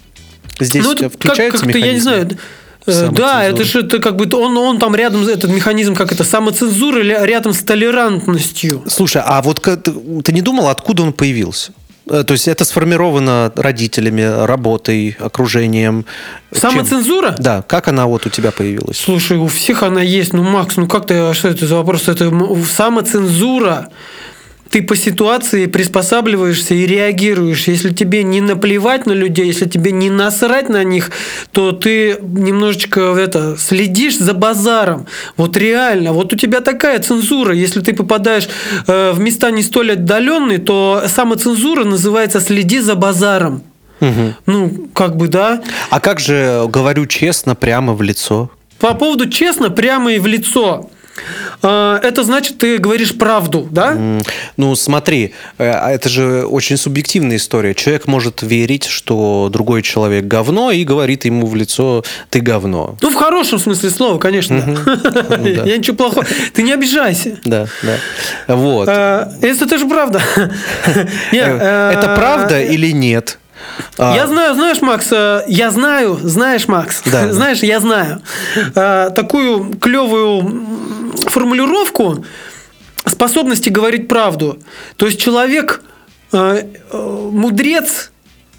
Здесь Ну, у тебя это как- включается как-то, я не механизм знаю. э, Да, это же это как бы он, он там рядом, этот механизм, как это, самоцензура или рядом с толерантностью. Слушай, а вот к- ты, ты не думал, откуда он появился? Э, То есть это сформировано родителями, работой, окружением? Чем? Самоцензура? Да, как она вот у тебя появилась? Слушай, у всех она есть. Ну, Макс, ну как ты, а что это за вопрос? Это м- самоцензура. Ты по ситуации приспосабливаешься и реагируешь. Если тебе не наплевать на людей, если тебе не насрать на них, то ты немножечко это, следишь за базаром. Вот реально. Вот у тебя такая цензура. Если ты попадаешь э, в места не столь отдаленные, то самоцензура называется «следи за базаром». Мгм. Ну, как бы, да. А как же говорю честно, прямо в лицо? По поводу честно, прямо и в лицо. Э, Это значит, ты говоришь правду, да? М, Ну, смотри, э, а это же очень субъективная история. Человек может верить, что другой человек говно, и говорит ему в лицо: ты говно. Ну, в хорошем смысле слова, конечно. да. Я ничего плохого. Ты не обижайся. Да, да. Вот. Э, Это тоже правда. Не, э, Это правда или нет? А, Я знаю, знаешь, Макс, э, я знаю, знаешь, Макс, Да. знаешь, я знаю э, такую клевую м, формулировку способности говорить правду. То есть человек, э, э, мудрец,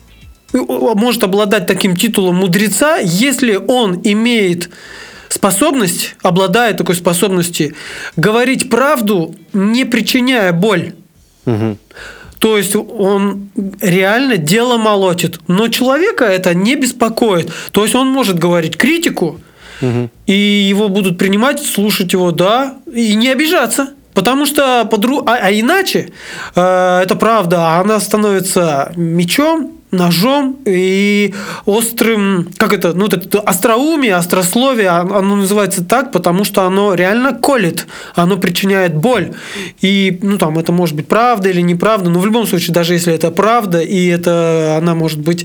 э, может обладать таким титулом мудреца, если он имеет способность, обладает такой способностью говорить правду, не причиняя боль. Угу. То есть он реально дело молотит. Но человека это не беспокоит. То есть он может говорить критику, угу. и его будут принимать, слушать его, да, и не обижаться. Потому что подру... а, а иначе э, это правда, она становится мечом, ножом и острым, как это, ну, это остроумие, острословие, оно называется так, потому что оно реально колет, оно причиняет боль. И, ну, там, это может быть правда или неправда, но в любом случае, даже если это правда, и это она может быть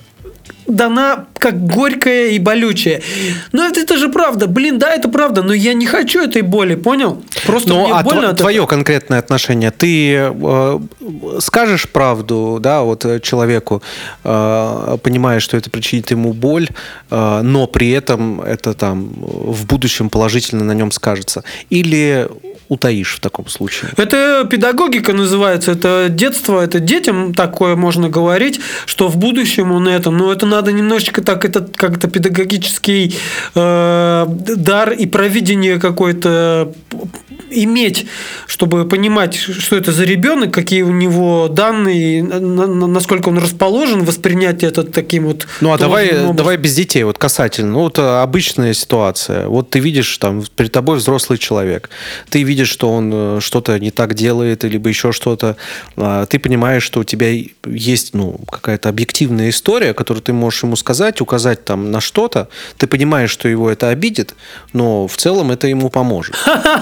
дана как горькая и болючая. Но это, это же правда. Блин, да, это правда, но я не хочу этой боли, понял? Просто ну, мне а больно тв- от твое этого. конкретное отношение, ты э, скажешь правду, да, вот человеку, э, понимая, что это причинит ему боль, э, но при этом это там в будущем положительно на нем скажется, или утаишь в таком случае? Это педагогика называется, это детство, это детям такое можно говорить, что в будущем он это, но это надо немножечко так, это как-то педагогический э, дар и провидение какое-то иметь, чтобы понимать, что это за ребенок, какие у него данные, на, на, насколько он расположен воспринять это таким вот. Ну а давай, давай без детей, вот касательно. Ну, вот обычная ситуация. Вот ты видишь, там перед тобой взрослый человек, ты видишь, что он что-то не так делает, либо еще что-то. Ты понимаешь, что у тебя есть, ну, какая-то объективная история, которую ты можешь ему сказать, указать там на что-то. Ты понимаешь, что его это обидит, но в целом это ему поможет.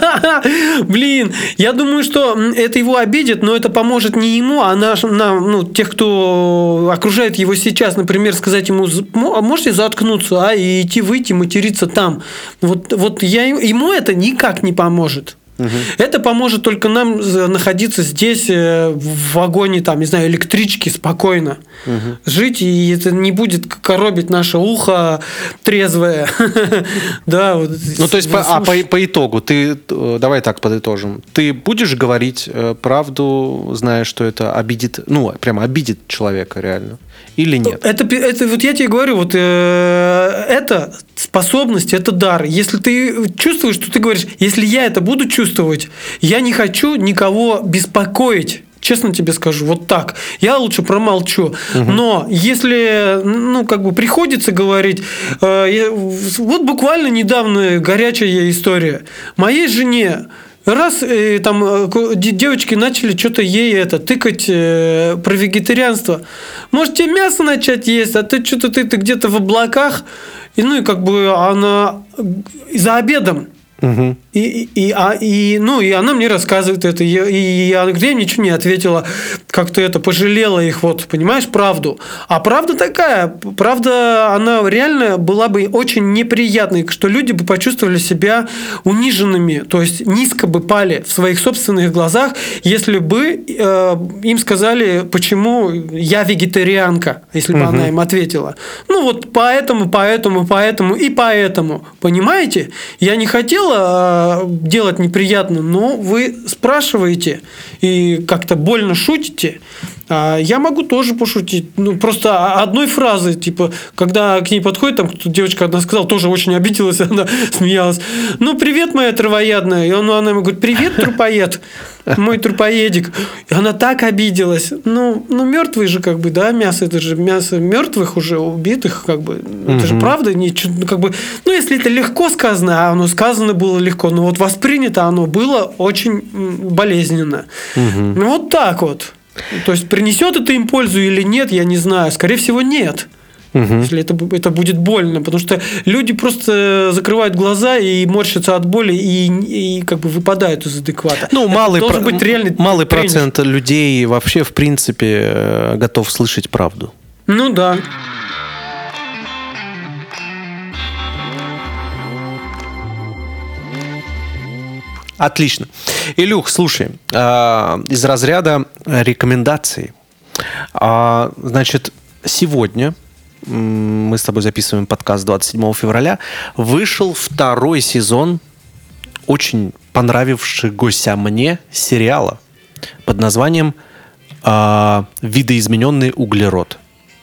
Блин, я думаю, что это его обидит, но это поможет не ему, а наш, нам, ну, тех, кто окружает его сейчас. Например, сказать ему, можете заткнуться, а, и идти выйти, материться там. Вот, вот я, ему это никак не поможет. Угу. Это поможет только нам находиться здесь в вагоне, там, не знаю, электрички спокойно, угу. жить, и это не будет коробить наше ухо трезвое. Да, вот. Ну, то есть, по, а по, по итогу, ты, давай так подытожим, ты будешь говорить правду, зная, что это обидит, ну, прямо обидит человека реально, или нет? Это, это вот я тебе говорю, вот э, это способность, это дар. Если ты чувствуешь, что ты говоришь, если я это буду чувствовать, я не хочу никого беспокоить. Честно тебе скажу, вот так. Я лучше промолчу. Угу. Но если, ну, как бы приходится говорить, э, я, вот буквально недавно горячая история. Моей жене раз э, там девочки начали что-то ей это тыкать э, про вегетарианство. Можете мясо начать есть, а ты что-то ты, ты где-то в облаках. И, ну и как бы она за обедом. Угу. И, и, и, а, и, ну, и она мне рассказывает это, и, и я, я ничего не ответила, как-то это пожалела их, вот, понимаешь, правду. А правда такая, правда, она реально была бы очень неприятной, что люди бы почувствовали себя униженными, то есть низко бы пали в своих собственных глазах, если бы э, им сказали, почему я вегетарианка, если бы угу. она им ответила. Ну вот поэтому, поэтому, поэтому и поэтому, понимаете? Я не хотела делать неприятно, но вы спрашиваете и как-то больно шутите. Я могу тоже пошутить. Ну, просто одной фразы, типа, когда к ней подходит, там девочка одна сказала, тоже очень обиделась, она смеялась. Ну, привет, моя травоядная. И он, она ему говорит, привет, трупоед, мой трупоедик. И она так обиделась. Ну, ну, мертвый же, как бы, да, мясо, это же мясо мертвых уже, убитых, как бы. Это угу. же правда, не, ну, как бы, ну, если это легко сказано, а оно сказано было легко, но вот воспринято оно было очень болезненно. Угу. Ну, вот так вот. То есть, принесет это им пользу или нет, я не знаю. Скорее всего, нет. Угу. Если это, это будет больно. Потому что люди просто закрывают глаза и морщатся от боли и, и как бы выпадают из адеквата. Ну, это малый, должен про- быть реальный малый тренинг. Процент людей вообще, в принципе, готов слышать правду. Ну да. Отлично. Илюх, слушай, из разряда рекомендаций. Значит, сегодня, мы с тобой записываем подкаст двадцать седьмого февраля, вышел второй сезон очень понравившегося мне сериала под названием «Видоизмененный углерод».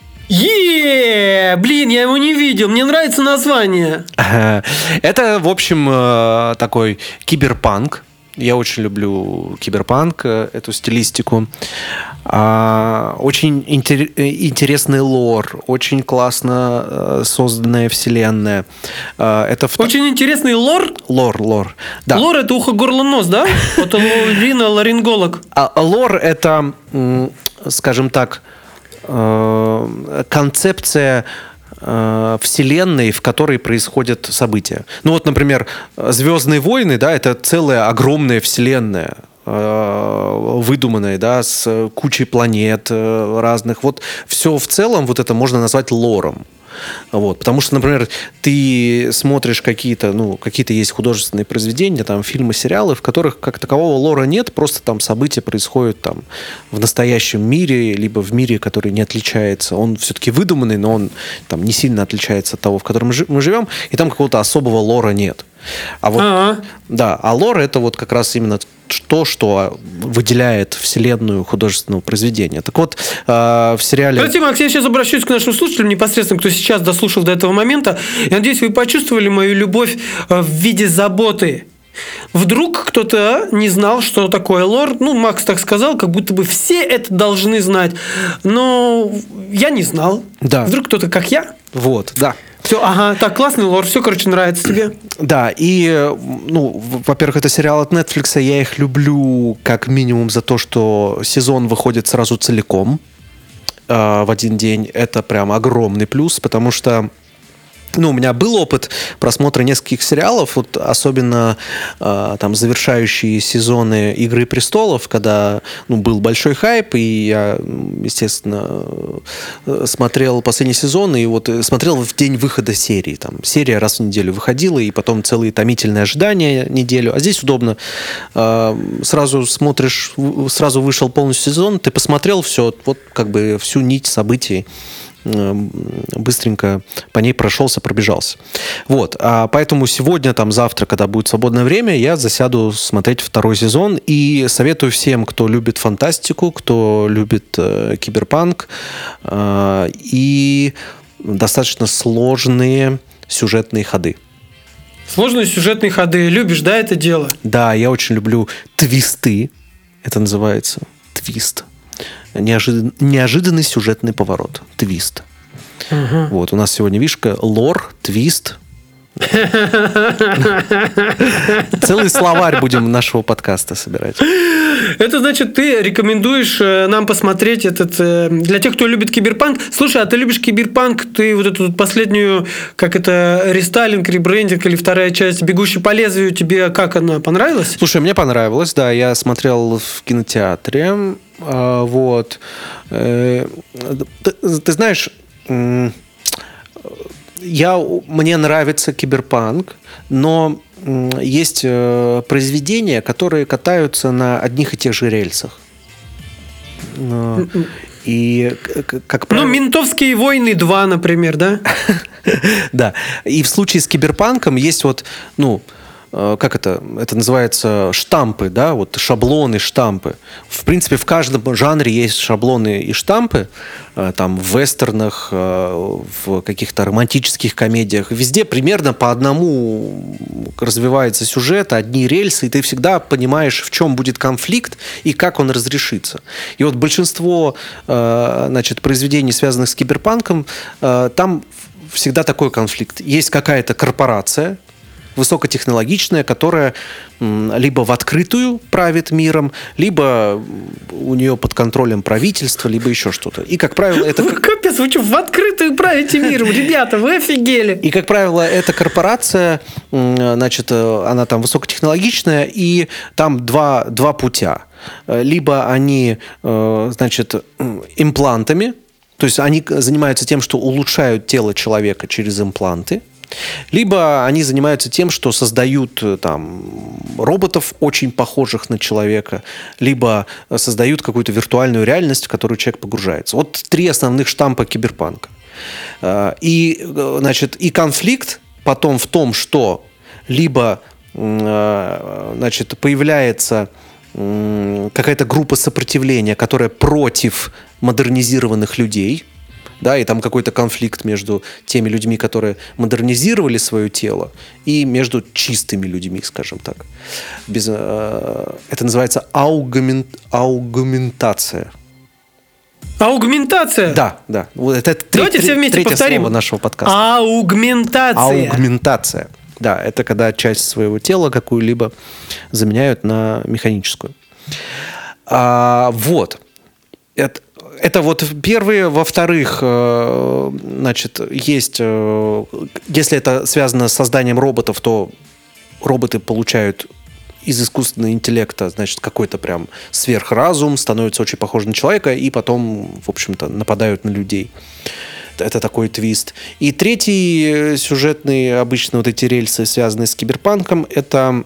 Е, блин, я его не видел, мне нравится название. Это, в общем, такой киберпанк. Я очень люблю киберпанк, эту стилистику. А, очень интер- интересный лор, очень классно созданная вселенная. А, это в... Очень интересный лор? Лор, лор. Да. Лор – это ухо, горло, нос, да? Вот Лина ларинголог. А лор – это, скажем так, концепция вселенной, в которой происходят события. Ну вот, например, «Звездные войны», да, это целая огромная вселенная, выдуманная, да, с кучей планет разных. Вот все в целом вот это можно назвать лором. Вот, потому что, например, ты смотришь какие-то, ну, какие-то есть художественные произведения, там, фильмы, сериалы, в которых как такового лора нет, просто там события происходят там в настоящем мире, либо в мире, который не отличается. Он все-таки выдуманный, но он там не сильно отличается от того, в котором мы живем, и там какого-то особого лора нет. А вот, А-а. да, а лор это вот как раз именно то, что выделяет вселенную художественного произведения. Так вот, э, в сериале... Кстати, Макс, я сейчас обращусь к нашим слушателям, непосредственно, кто сейчас дослушал до этого момента. Я надеюсь, вы почувствовали мою любовь в виде заботы. Вдруг кто-то не знал, что такое лор. Ну, Макс так сказал, как будто бы все это должны знать. Но я не знал. Да. Вдруг кто-то, как я. Вот, да. Все, ага, так, классный лор, все, короче, нравится тебе. Да, и, ну, во-первых, это сериал от Netflix, я их люблю как минимум за то, что сезон выходит сразу целиком э, в один день. Это прям огромный плюс, потому что ну, у меня был опыт просмотра нескольких сериалов, вот особенно э, там завершающие сезоны «Игры престолов», когда ну, был большой хайп, и я, естественно, смотрел последний сезон, и вот смотрел в день выхода серии. Там, серия раз в неделю выходила, и потом целые томительные ожидания неделю. А здесь удобно. Э, сразу смотришь, сразу вышел полностью сезон, ты посмотрел все, вот как бы всю нить событий. Быстренько по ней прошелся, пробежался. Вот. А поэтому сегодня, там, завтра, когда будет свободное время, я засяду смотреть второй сезон. И советую всем, кто любит фантастику, кто любит э, киберпанк э, и достаточно сложные сюжетные ходы. Сложные сюжетные ходы. Любишь, да, это дело? Да, я очень люблю твисты. Это называется твист. Неожидан... Неожиданный сюжетный поворот. Твист. Угу. Вот, у нас сегодня, видишь, лор, твист. Целый словарь будем нашего подкаста собирать. Это значит, ты рекомендуешь нам посмотреть этот... Для тех, кто любит киберпанк. Слушай, а ты любишь киберпанк? Ты вот эту вот как это, рестайлинг, ребрендинг или вторая часть «Бегущий по лезвию», тебе как она, понравилась? Слушай, мне понравилось, да. Я смотрел в кинотеатре. Вот. Ты, ты знаешь... Я, мне нравится киберпанк, но есть э, произведения, которые катаются на одних и тех же рельсах. Э, и как правило... Ну, «Ментовские войны два», например, да? Да. И в случае с киберпанком есть вот, ну, как это, это называется, штампы, да, вот шаблоны, штампы. В принципе, в каждом жанре есть шаблоны и штампы, там, в вестернах, в каких-то романтических комедиях. Везде примерно по одному развивается сюжет, одни рельсы, и ты всегда понимаешь, в чем будет конфликт и как он разрешится. И вот большинство, значит, произведений, связанных с киберпанком, там всегда такой конфликт. Есть какая-то корпорация, высокотехнологичная, которая либо в открытую правит миром, либо у нее под контролем правительство, либо еще что-то. И, как правило, это... Вы, капец, вы что, в открытую правите миром? Ребята, вы офигели! И, как правило, эта корпорация, значит, она там высокотехнологичная, и там два, два путя. Либо они, значит, имплантами, то есть они занимаются тем, что улучшают тело человека через импланты, либо они занимаются тем, что создают там роботов, очень похожих на человека, либо создают какую-то виртуальную реальность, в которую человек погружается. Вот три основных штампа киберпанка. И, значит, и конфликт потом в том, что либо, значит, появляется какая-то группа сопротивления, которая против модернизированных людей. да, и там какой-то конфликт между теми людьми, которые модернизировали свое тело, и между чистыми людьми, скажем так. Без, э, это называется аугмент, аугментация. Аугментация? Да, да. Вот это треть, Давайте все вместе третье повторим. слово нашего подкаста. Аугментация. Аугментация. Да, это когда часть своего тела какую-либо заменяют на механическую. А, вот. Это, это вот первые. Во-вторых, э, значит, есть... Э, если это связано с созданием роботов, то роботы получают из искусственного интеллекта, значит, какой-то прям сверхразум, становятся очень похожи на человека, и потом, в общем-то, нападают на людей. Это такой твист. И третий сюжетный, обычно вот эти рельсы, связанные с киберпанком, это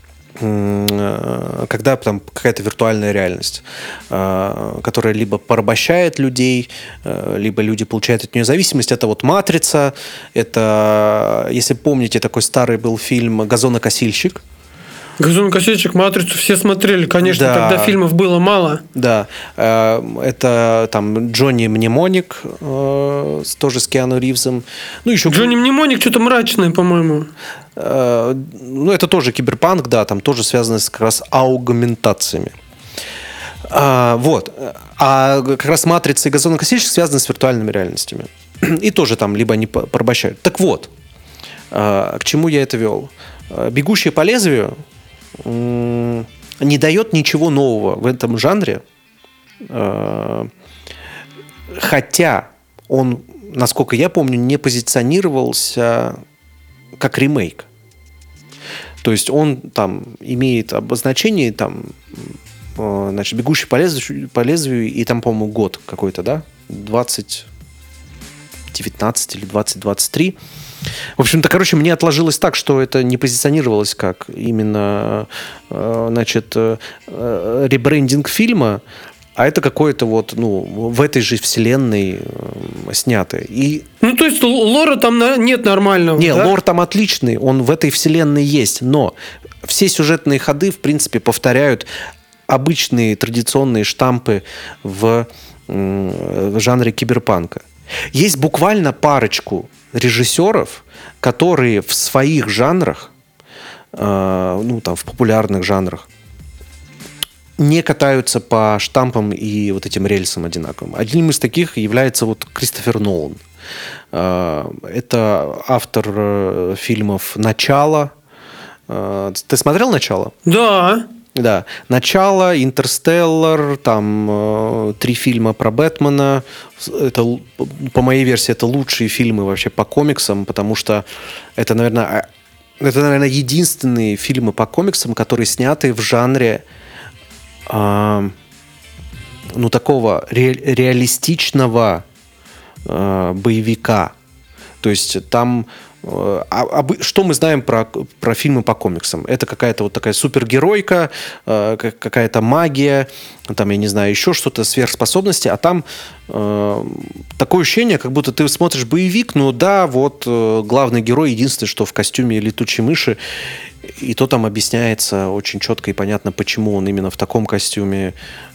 когда там какая-то виртуальная реальность, которая либо порабощает людей, либо люди получают от нее зависимость. Это вот «Матрица», это, если помните, такой старый был фильм «Газонокосильщик». «Газонокосильщик», «Матрицу» все смотрели, конечно, Да. тогда фильмов было мало. Да, это там Джонни Мнемоник, тоже с Киану Ривзом. Ну, еще... Джонни Мнемоник что-то мрачное, по-моему. Ну, это тоже киберпанк, да, там тоже связано с как раз аугментациями. А, вот. А как раз «Матрица» и «Газонокосильщик» связаны с виртуальными реальностями. И тоже там либо они порабощают. Так вот, к чему я это вел? «Бегущий по лезвию» не дает ничего нового в этом жанре, хотя он, насколько я помню, не позиционировался как ремейк. То есть он там имеет обозначение, там, значит, «Бегущий по лезвию», по лезвию, и там, по-моему, год какой-то, да? двадцать девятнадцать или двадцать двадцать три. В общем-то, короче, мне отложилось так, что это не позиционировалось как именно, значит, ребрендинг фильма, а это какое-то вот, ну, в этой же вселенной снято. И... Ну, то есть лора там нет нормального, Не, да? лор там отличный, он в этой вселенной есть, но все сюжетные ходы, в принципе, повторяют обычные традиционные штампы в, в жанре киберпанка. Есть буквально парочку режиссеров, которые в своих жанрах, э, ну, там, в популярных жанрах, не катаются по штампам и вот этим рельсам одинаковым. Одним из таких является вот Кристофер Нолан. Э, это автор э, фильмов «Начало». Э, ты смотрел «Начало»? Да. Да. «Начало», «Интерстеллар», там э, три фильма про Бэтмена. Это, по моей версии, это лучшие фильмы вообще по комиксам, потому что это, наверное, это, наверное, единственные фильмы по комиксам, которые сняты в жанре э, ну, такого ре, реалистичного э, боевика. То есть там... А, а, что мы знаем про, про фильмы по комиксам? Это какая-то вот такая супергеройка, э, какая-то магия, там, я не знаю, еще что-то, сверхспособности, а там э, такое ощущение, как будто ты смотришь боевик, ну да, вот э, главный герой, единственное, что в костюме летучей мыши, и то там объясняется очень четко и понятно, почему он именно в таком костюме.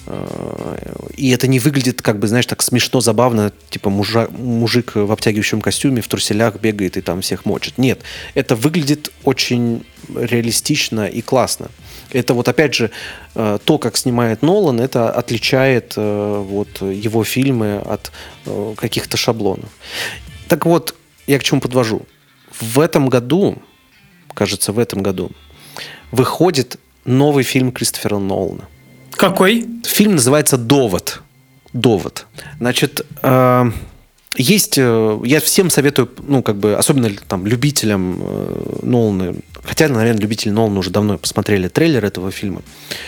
И это не выглядит, как бы, знаешь, так смешно, забавно, типа мужа, мужик в обтягивающем костюме в труселях бегает и там всех мочит. Нет, это выглядит очень реалистично и классно. Это вот, опять же, то, как снимает Нолан, это отличает вот его фильмы от каких-то шаблонов. Так вот, я к чему подвожу. В этом году, кажется, в этом году выходит новый фильм Кристофера Нолана. Какой? Фильм называется «Довод». «Довод». Значит, э, есть... Э, я всем советую, ну, как бы, особенно там любителям э, Нолана, хотя, наверное, любители Нолана уже давно посмотрели трейлер этого фильма.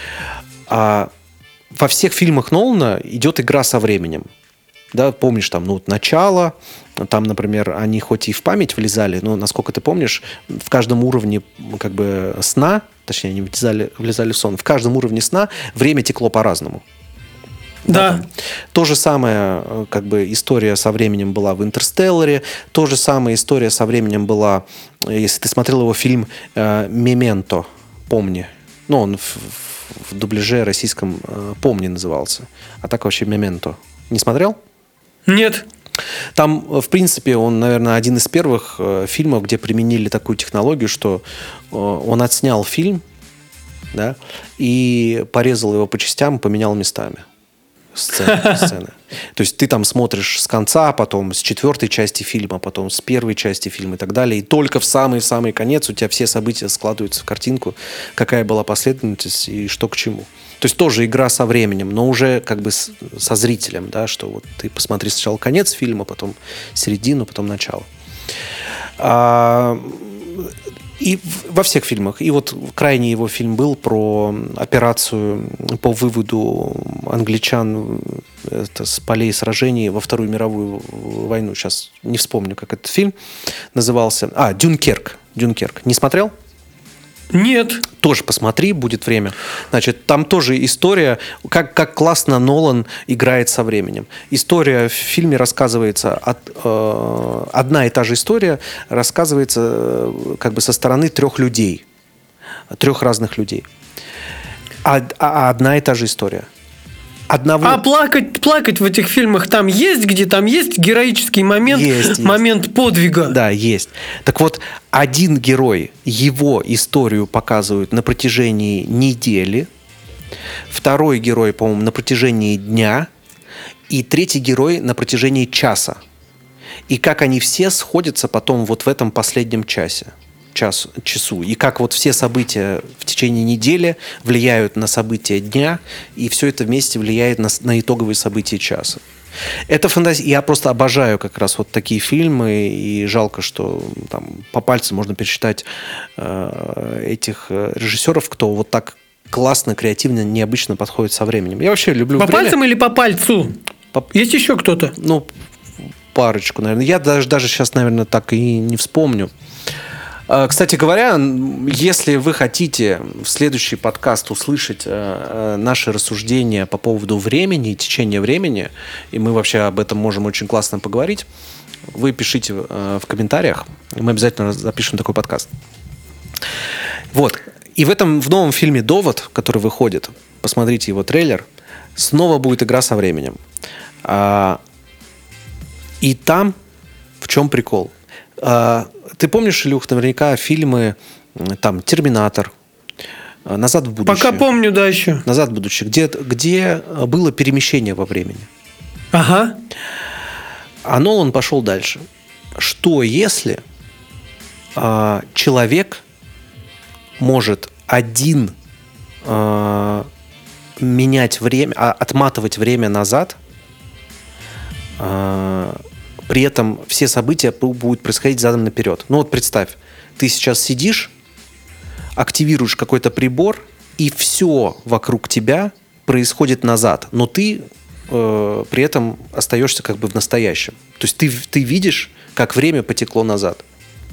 А во всех фильмах Нолана идет игра со временем. Да, помнишь, там, ну, «Начало», там, например, они хоть и в память влезали, но, насколько ты помнишь, в каждом уровне, как бы, сна, точнее, они влезали, влезали в сон, в каждом уровне сна время текло по-разному. Да. Да. То же самое, как бы, история со временем была в «Интерстелларе», то же самое история со временем была, если ты смотрел его фильм «Мементо», «Помни». Ну, он в, в дубляже российском «Помни» назывался, а так вообще «Мементо». Не смотрел? Нет. Там, в принципе, он, наверное, один из первых э, фильмов, где применили такую технологию, что э, он отснял фильм, да, и порезал его по частям, поменял местами сцены, сцены. То есть ты там смотришь с конца, потом с четвертой части фильма, потом с первой части фильма и так далее. И только в самый-самый конец у тебя все события складываются в картинку, какая была последовательность и что к чему. То есть тоже игра со временем, но уже как бы с, со зрителем, да, что вот ты посмотри сначала конец фильма, потом середину, потом начало. А, и во всех фильмах. И вот крайний его фильм был про операцию по выводу англичан это, с полей сражений во Вторую мировую войну. Сейчас не вспомню, как этот фильм назывался. А, «Дюнкерк». «Дюнкерк». Не смотрел? Нет. Тоже посмотри, будет время. Значит, там тоже история, как, как классно Нолан играет со временем. История в фильме рассказывается, от, э, одна и та же история рассказывается э, как бы со стороны трех людей, трех разных людей. А, а одна и та же история. Одного... А плакать, плакать в этих фильмах там есть, где там есть героический момент, есть, момент есть. подвига. Да, есть. Так вот, один герой, его историю показывают на протяжении недели, второй герой, по-моему, на протяжении дня, и третий герой на протяжении часа. И как они все сходятся потом вот в этом последнем часе. Час, часу. И как вот все события в течение недели влияют на события дня, и все это вместе влияет на, на итоговые события часа. Это фантазия. Я просто обожаю как раз вот такие фильмы, и жалко, что там по пальцам можно пересчитать э, этих режиссеров, кто вот так классно, креативно, необычно подходит со временем. Я вообще люблю По время. пальцам или по пальцу? По... Есть еще кто-то? Ну, парочку, наверное. Я даже, даже сейчас, наверное, так и не вспомню. Кстати говоря, если вы хотите в следующий подкаст услышать наши рассуждения по поводу времени, течения времени, и мы вообще об этом можем очень классно поговорить, вы пишите в комментариях, и мы обязательно запишем такой подкаст. Вот. И в этом, в новом фильме «Довод», который выходит, посмотрите его трейлер, снова будет игра со временем. И там в чем прикол? Ты помнишь, Илюх, наверняка фильмы там «Терминатор», «Назад в будущее». Пока помню, да, еще. «Назад в будущее», где, где было перемещение во времени. Ага. А Нолан пошел дальше. Что если а, человек может один а, менять время, а, отматывать время назад, а, при этом все события будут происходить задом наперед. Ну вот представь, ты сейчас сидишь, активируешь какой-то прибор, и все вокруг тебя происходит назад, но ты э, при этом остаешься как бы в настоящем. То есть ты, ты видишь, как время потекло назад.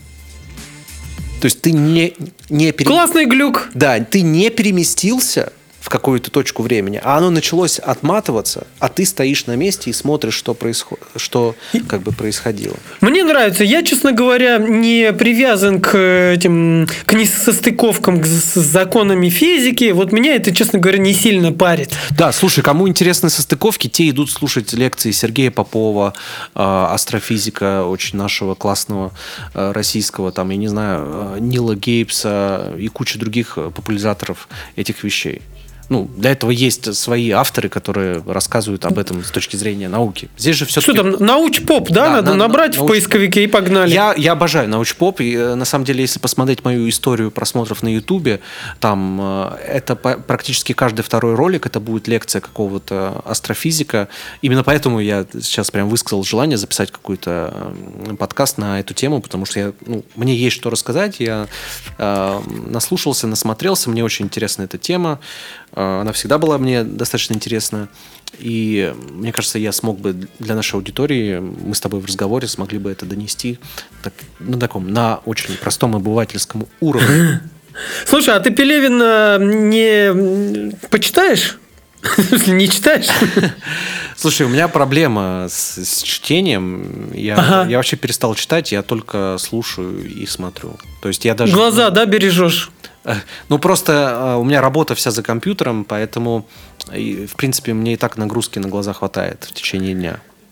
То есть ты не, не пере... Классный глюк. Да, ты не переместился в какую-то точку времени, а оно началось отматываться, а ты стоишь на месте и смотришь, что происходит, что как бы происходило. Мне нравится. Я, честно говоря, не привязан к этим к несостыковкам с законами физики. Вот меня это, честно говоря, не сильно парит. Да, слушай, кому интересны состыковки, те идут слушать лекции Сергея Попова, э, астрофизика очень нашего классного э, российского, там, я не знаю, э, Нила Гейбса и куча других популяризаторов этих вещей. Ну, для этого есть свои авторы, которые рассказывают об этом с точки зрения науки. Здесь же все. Что там, науч-поп, да? Да, Надо на, набрать науч... в поисковике и погнали. Я, я обожаю науч-поп. И, на самом деле, если посмотреть мою историю просмотров на Ютубе, там это практически каждый второй ролик, это будет лекция какого-то астрофизика. Именно поэтому я сейчас прям высказал желание записать какой-то подкаст на эту тему, потому что я, ну, мне есть что рассказать. Я э, наслушался, насмотрелся. Мне очень интересна эта тема. Она всегда была мне достаточно интересна. И мне кажется, я смог бы для нашей аудитории, мы с тобой в разговоре смогли бы это донести так, на таком, на очень простом обывательском уровне. Слушай, а ты Пелевина не почитаешь? Не читаешь? Слушай, у меня проблема с, с чтением. Я, ага. я вообще перестал читать, я только слушаю и смотрю. То есть я даже... Глаза, да, бережешь? Ну, просто у меня работа вся за компьютером, поэтому, в принципе, мне и так нагрузки на глаза хватает в течение дня.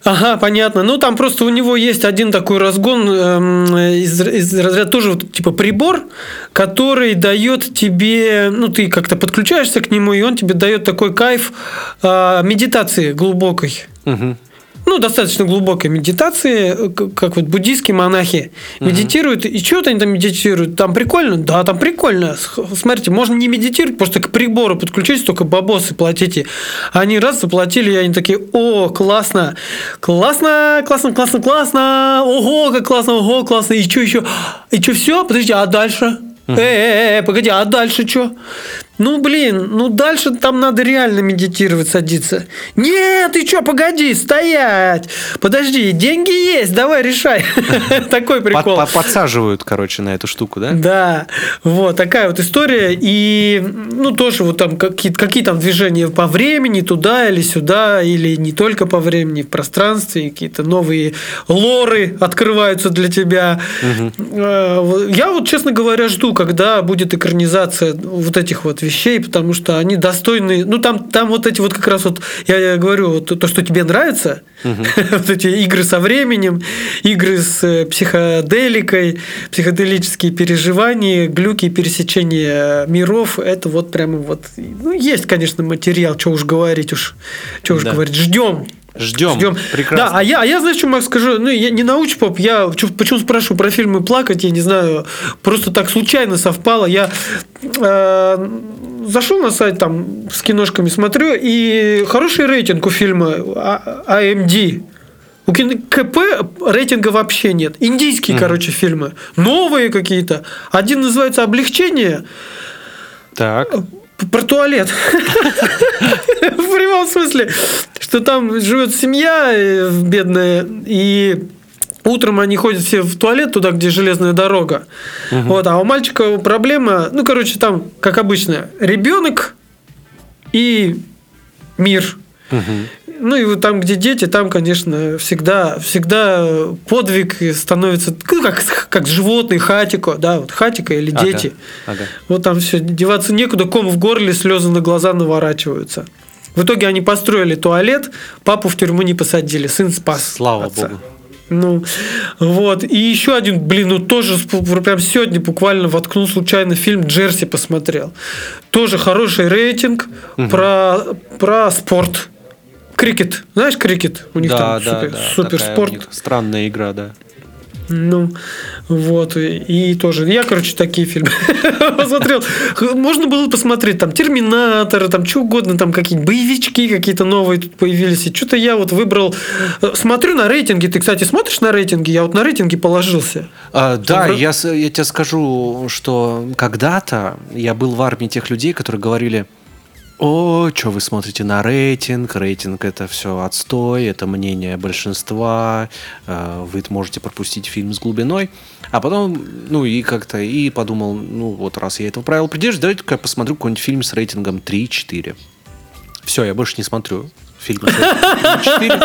Ага, понятно. Ну, там просто у него есть один такой разгон эм, из, из разряда тоже вот, типа прибор, который дает тебе, ну, ты как-то подключаешься к нему, и он тебе дает такой кайф э, медитации глубокой. Угу. Ну, достаточно глубокой медитации, как вот буддийские монахи медитируют. И что-то они там медитируют. Там прикольно? Да, там прикольно. Смотрите, можно не медитировать, просто к прибору подключить, только бабосы платите. Они раз заплатили, и они такие: о, классно, классно, классно, классно, классно, ого, как классно, ого, классно. И что еще? И что, все? Подожди, а дальше? Э-э-э, погоди, а дальше что? Ну, блин, ну дальше там надо реально медитировать, садиться. Нет, ты что, погоди, стоять. Подожди, деньги есть, давай решай. Такой прикол. Подсаживают, короче, на эту штуку, да? Да, вот такая вот история. И, ну, тоже вот там какие, какие там движения по времени, туда или сюда, или не только по времени, в пространстве, какие-то новые лоры открываются для тебя. Угу. Я вот, честно говоря, жду, когда будет экранизация вот этих вот вещей, потому что они достойны. Ну, там, там вот эти вот как раз вот, я говорю, вот то, что тебе нравится, угу. Вот эти игры со временем, игры с психоделикой, психоделические переживания, глюки, пересечения миров, это вот прямо вот, ну, есть, конечно, материал, что уж говорить уж, что уж да. говорить, ждем. Ждем. Ждем. Прекрасно. Да, а я, а я, знаешь, что, Макс, скажу? Ну, я не научпоп, я почему спрашиваю про фильмы «Плакать», я не знаю, просто так случайно совпало. Я э, зашел на сайт там с киношками, смотрю, и хороший рейтинг у фильма ай эм ди. У КП рейтинга вообще нет. Индийские, mm-hmm. короче, фильмы. Новые какие-то. Один называется «Облегчение». Так. Про туалет. В прямом смысле, что там живет семья бедная, и утром они ходят все в туалет туда, где железная дорога. Угу. Вот, а у мальчика проблема, ну, короче, там, как обычно, ребенок и мир. Угу. Ну, и вот там, где дети, там, конечно, всегда, всегда подвиг становится, ну, как, как животные, хатико, да, вот хатико или дети. Ага, ага. Вот там все, деваться некуда, ком в горле, слезы на глаза наворачиваются. В итоге они построили туалет, папу в тюрьму не посадили, сын спас. Слава отца. Богу. Ну, вот. И еще один, блин, ну тоже прям сегодня буквально воткнул случайно фильм «Джерси» посмотрел. Тоже хороший рейтинг угу. про, про спорт. Крикет. Знаешь, крикет? У них да, там да, супер, да, суперспорт. У них странная игра, да. Ну, вот. И, и тоже. Я, короче, такие фильмы посмотрел. Можно было посмотреть там «Терминаторы», там что угодно, там какие-нибудь боевички какие-то новые тут появились. И что-то я вот выбрал. Смотрю на рейтинги. Ты, кстати, смотришь на рейтинги? Я вот на рейтинги положился. А, да, в... я, я тебе скажу, что когда-то я был в армии тех людей, которые говорили: о, что вы смотрите на рейтинг? Рейтинг — это все отстой, это мнение большинства, вы можете пропустить фильм с глубиной. А потом, ну и как-то, и подумал, ну вот раз я этого правила придерживаюсь, давайте-ка я посмотрю какой-нибудь фильм с рейтингом три-четыре. Все, я больше не смотрю фильмы с рейтингом три-четыре.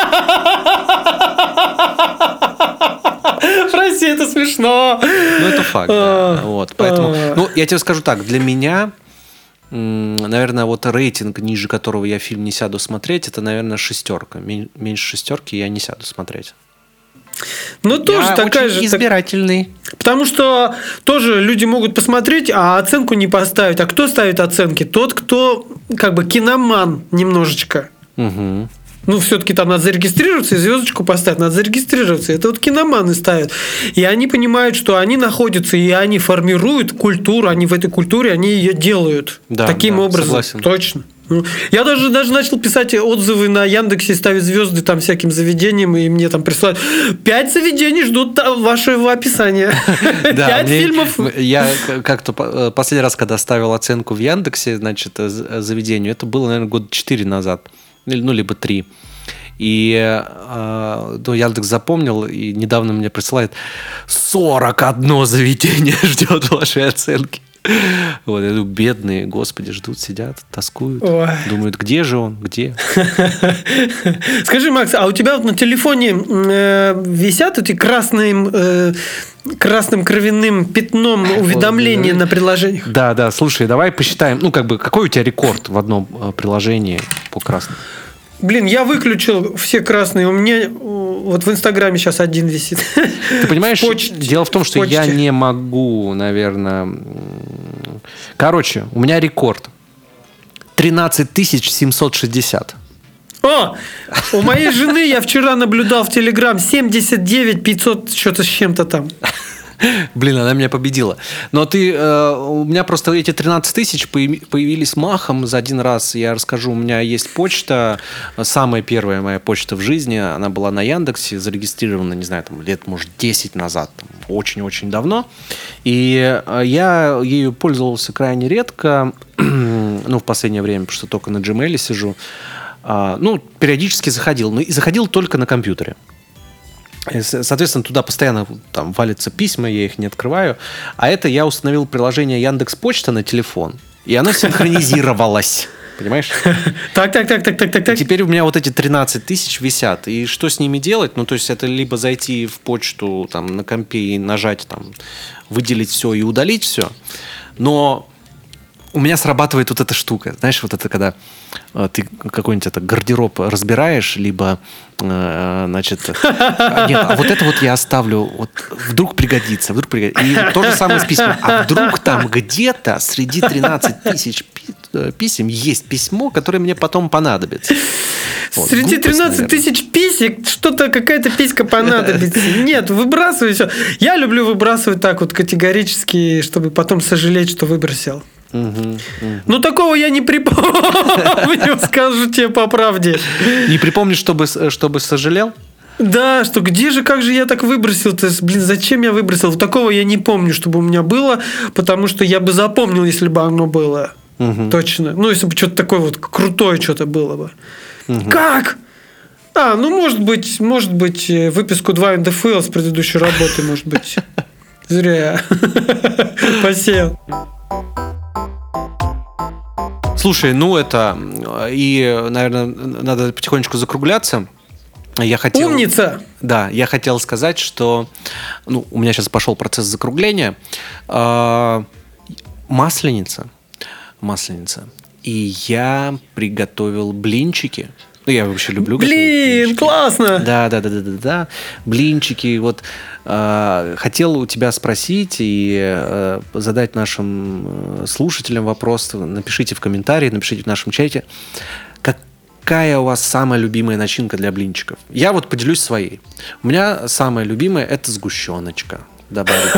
Прости, это смешно. Ну, это факт, да. Вот, поэтому, ну, я тебе скажу так, для меня... Наверное, вот рейтинг, ниже которого я фильм не сяду смотреть, это, наверное, шестерка. Меньше шестерки я не сяду смотреть. Ну, тоже я такая очень же. избирательный. Потому что тоже люди могут посмотреть, а оценку не поставить. А кто ставит оценки? Тот, кто как бы киноман немножечко. Угу. Ну, все-таки там надо зарегистрироваться и звездочку поставить. Надо зарегистрироваться. Это вот киноманы ставят. И они понимают, что они находятся, и они формируют культуру. Они в этой культуре, они ее делают. Да, таким да, образом. Согласен. Точно. Я даже, даже начал писать отзывы на Яндексе, ставить звезды там всяким заведениям, и мне там присылают: пять заведений ждут вашего описания. Пять фильмов. Я как-то последний раз, когда ставил оценку в Яндексе, значит, заведению, это было, наверное, года четыре назад. Ну, либо три. И э, ну, Яндекс запомнил, и недавно мне присылает: сорок одно заведение ждет вашей оценки. Вот, я думаю, бедные, господи, ждут, сидят, тоскуют. Ой. Думают, где же он, где? Скажи, Макс, а у тебя вот на телефоне э, висят эти красные... Э, красным кровяным пятном уведомления на приложениях? Да, да, слушай, давай посчитаем, ну, как бы, какой у тебя рекорд в одном приложении по красному? Блин, я выключил все красные. У меня вот в Инстаграме сейчас один висит. Ты понимаешь, дело в том, что я не могу, наверное... Короче, у меня рекорд. тринадцать тысяч семьсот шестьдесят. О, у моей жены я вчера наблюдал в Телеграм семьдесят девять пятьсот что-то с чем-то там. Блин, она меня победила. Но ты, э, у меня просто эти тринадцать тысяч появились махом за один раз. Я расскажу, у меня есть почта, самая первая моя почта в жизни. Она была на Яндексе, зарегистрирована, не знаю, там, лет, может, десять назад. Там, очень-очень давно. И я ею пользовался крайне редко. Ну, в последнее время, потому что только на Gmail сижу. А, ну, периодически заходил. Но и заходил только на компьютере. Соответственно, туда постоянно там валятся письма, я их не открываю. А это я установил приложение Яндекс.Почта на телефон, и оно синхронизировалось. Понимаешь? Так, так, так, так, так, так, так. Теперь у меня вот эти тринадцать тысяч висят. И что с ними делать? Ну, то есть, это либо зайти в почту там, на компе и нажать, там, выделить все и удалить все. Но у меня срабатывает вот эта штука. Знаешь, вот это когда э, ты какой-нибудь это, гардероб разбираешь, либо, э, значит... А, нет, а вот это вот я оставлю. Вот, вдруг пригодится. Вдруг пригодится. И то же самое с письмом. А вдруг там где-то среди тринадцати тысяч писем есть письмо, которое мне потом понадобится. Вот, среди глупость, тринадцати тысяч писек что-то, какая-то писька понадобится. Нет, выбрасывай все. Я люблю выбрасывать так вот категорически, чтобы потом сожалеть, что выбросил. Угу, угу. Ну, такого я не припомню, скажу тебе по правде. Не припомнишь, чтобы, чтобы сожалел? Да, что где же, как же я так выбросил-то? Блин, зачем я выбросил? Такого я не помню, чтобы у меня было, потому что я бы запомнил, если бы оно было. Угу. Точно. Ну, если бы что-то такое вот крутое что-то было бы. Угу. Как? А, ну, может быть, может быть, выписку два эн дэ эф эл с предыдущей работы, может быть. Зря я посеял. Слушай, ну это... И, наверное, надо потихонечку закругляться. Я хотел... Умница! Да, я хотел сказать, что... Ну, у меня сейчас пошел процесс закругления. Масленица. Масленица. И я приготовил блинчики. Ну, я вообще люблю готовить блинчики. Блин, классно! Да, да, да, да, да, да. Блинчики. Вот э, хотел у тебя спросить и э, задать нашим слушателям вопрос. Напишите в комментарии, напишите в нашем чате. Какая у вас самая любимая начинка для блинчиков? Я вот поделюсь своей. У меня самая любимая – это сгущеночка. Добавить.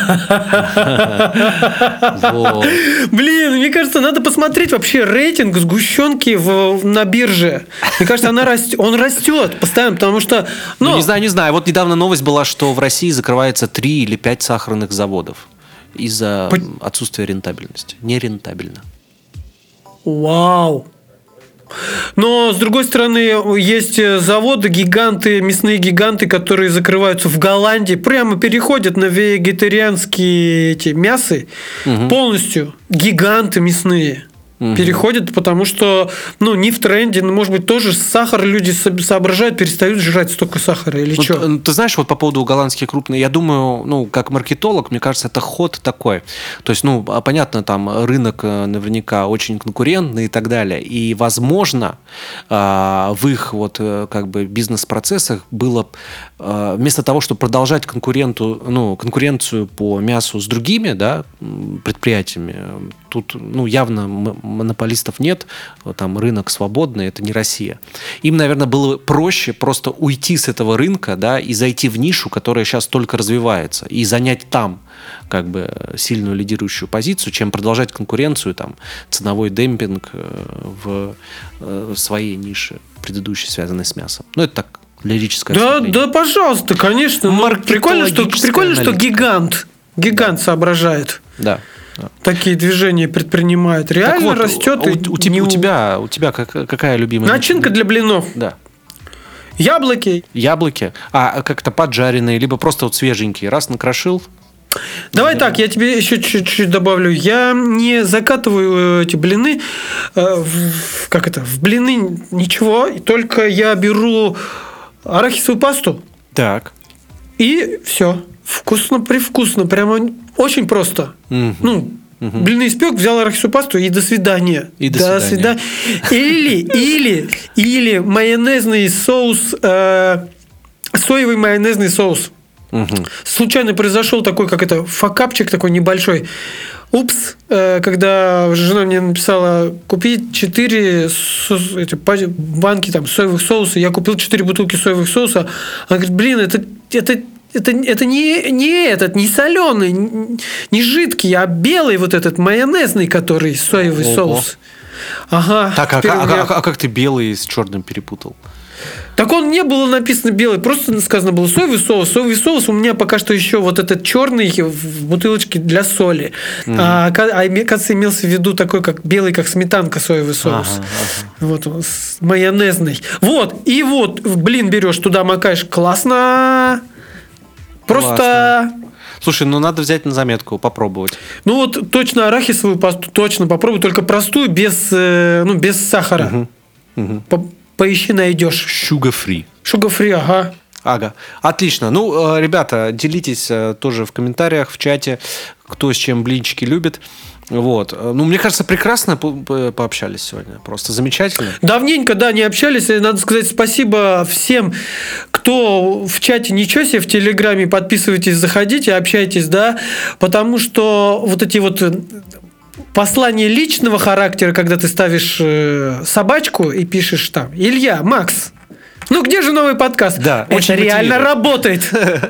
Вот. Блин, мне кажется, надо посмотреть вообще рейтинг сгущенки в, на бирже. Мне кажется, она растет, он растет постоянно, потому что... Ну, ну, не знаю, не знаю. Вот недавно новость была, что в России закрывается три или пять сахарных заводов из-за По... отсутствия рентабельности. Нерентабельно. Вау. Но, с другой стороны, есть заводы, гиганты, мясные гиганты, которые закрываются в Голландии, прямо переходят на вегетарианские эти мясы, угу. Полностью. Гиганты мясные. Угу. Переходят, потому что, ну, не в тренде, но, может быть, тоже сахар люди соображают, перестают жрать столько сахара или вот, что? Ты знаешь, вот по поводу голландских крупных, я думаю, ну, как маркетолог, мне кажется, это ход такой. То есть, ну, понятно, там рынок наверняка очень конкурентный и так далее. И, возможно, в их вот как бы бизнес-процессах было вместо того, чтобы продолжать конкуренту, ну, конкуренцию по мясу с другими, да, предприятиями, тут, ну, явно монополистов нет, там рынок свободный, это не Россия. Им, наверное, было проще просто уйти с этого рынка, да, и зайти в нишу, которая сейчас только развивается, и занять там как бы сильную лидирующую позицию, чем продолжать конкуренцию, там, ценовой демпинг в, в своей нише, предыдущей, связанной с мясом. Ну, это так, лирическое Да, да, пожалуйста, конечно. Ну, прикольно, что, прикольно что гигант, гигант соображает. Да. Такие движения предпринимает. Реально вот, растет. У, и у, тебя, не... у тебя, у тебя как, какая любимая? Начинка для блинов. Да. Яблоки. Яблоки. А как-то поджаренные, либо просто вот свеженькие. Раз накрошил. Давай да. Так, я тебе еще чуть-чуть добавлю. Я не закатываю эти блины э, в, как это, в блины ничего. Только я беру арахисовую пасту. Так. И все. Вкусно-привкусно. Прямо очень просто. Угу. Ну, Угу. Блины испек, взял арахисовую пасту и до свидания. И до, до свидания. свидания. Или, или, или майонезный соус, э, соевый майонезный соус. Угу. Случайно произошел такой, как это, факапчик такой небольшой. Упс, э, когда жена мне написала купить четыре со- эти, банки там, соевых соусов, я купил четыре бутылки соевых соуса. Она говорит, блин, это, это, это, это не, не этот, не соленый, не, не жидкий, а белый вот этот майонезный, который соевый Ого. соус. Ага. Так, а, а, меня... а, а как ты белый с черным перепутал? Так он не было написано белый, просто сказано было соевый соус. Соевый соус у меня пока что еще вот этот черный в бутылочке для соли. Mm-hmm. А, а кажется, имелся в виду такой, как белый, как сметанка, соевый соус. Ага, ага. Вот он, майонезный. Вот, и вот, блин, берешь, туда макаешь. Классно. Просто... Классно. Слушай, ну надо взять на заметку, попробовать. Ну вот точно арахисовую пасту точно попробуй, только простую, без, ну, без сахара. Угу. Угу. По- поищи, найдешь. Sugar-free. Sugar-free, ага. Ага, отлично. Ну, ребята, делитесь тоже в комментариях, в чате, кто с чем блинчики любит. Вот. Ну, мне кажется, прекрасно по- пообщались сегодня. Просто замечательно. Давненько, да, не общались. И надо сказать спасибо всем, кто в чате «Ничего себе», в Телеграме. Подписывайтесь, заходите, общайтесь, да. Потому что вот эти вот послания личного характера, когда ты ставишь собачку и пишешь там «Илья, Макс, ну где же новый подкаст?» Да, это реально работает.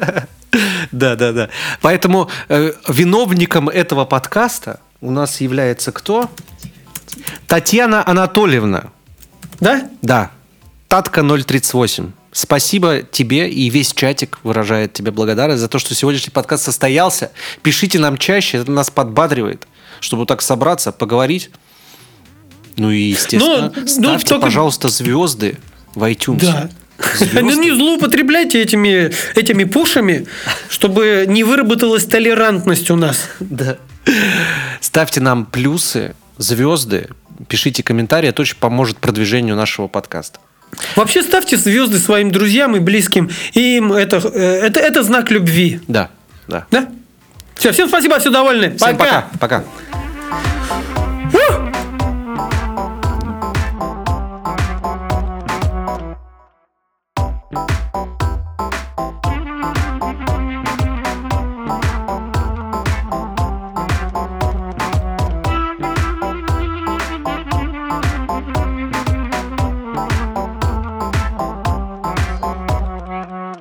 Да, да, да. Поэтому э, виновником этого подкаста у нас является кто? Татьяна Анатольевна. Да? Да. Татка ноль тридцать восемь. Спасибо тебе, и весь чатик выражает тебе благодарность за то, что сегодняшний подкаст состоялся. Пишите нам чаще, это нас подбадривает, чтобы вот так собраться, поговорить. Ну и, естественно, ну, ставьте, ну, только... пожалуйста, звезды в iTunes. Да. Ну, не злоупотребляйте этими, этими пушами, чтобы не выработалась толерантность у нас. Да. Ставьте нам плюсы, звезды, пишите комментарии, это очень поможет продвижению нашего подкаста. Вообще ставьте звезды своим друзьям и близким. Им это, это, это знак любви. Да, да. Да? Все, всем спасибо, все довольны. Всем пока. Пока. пока.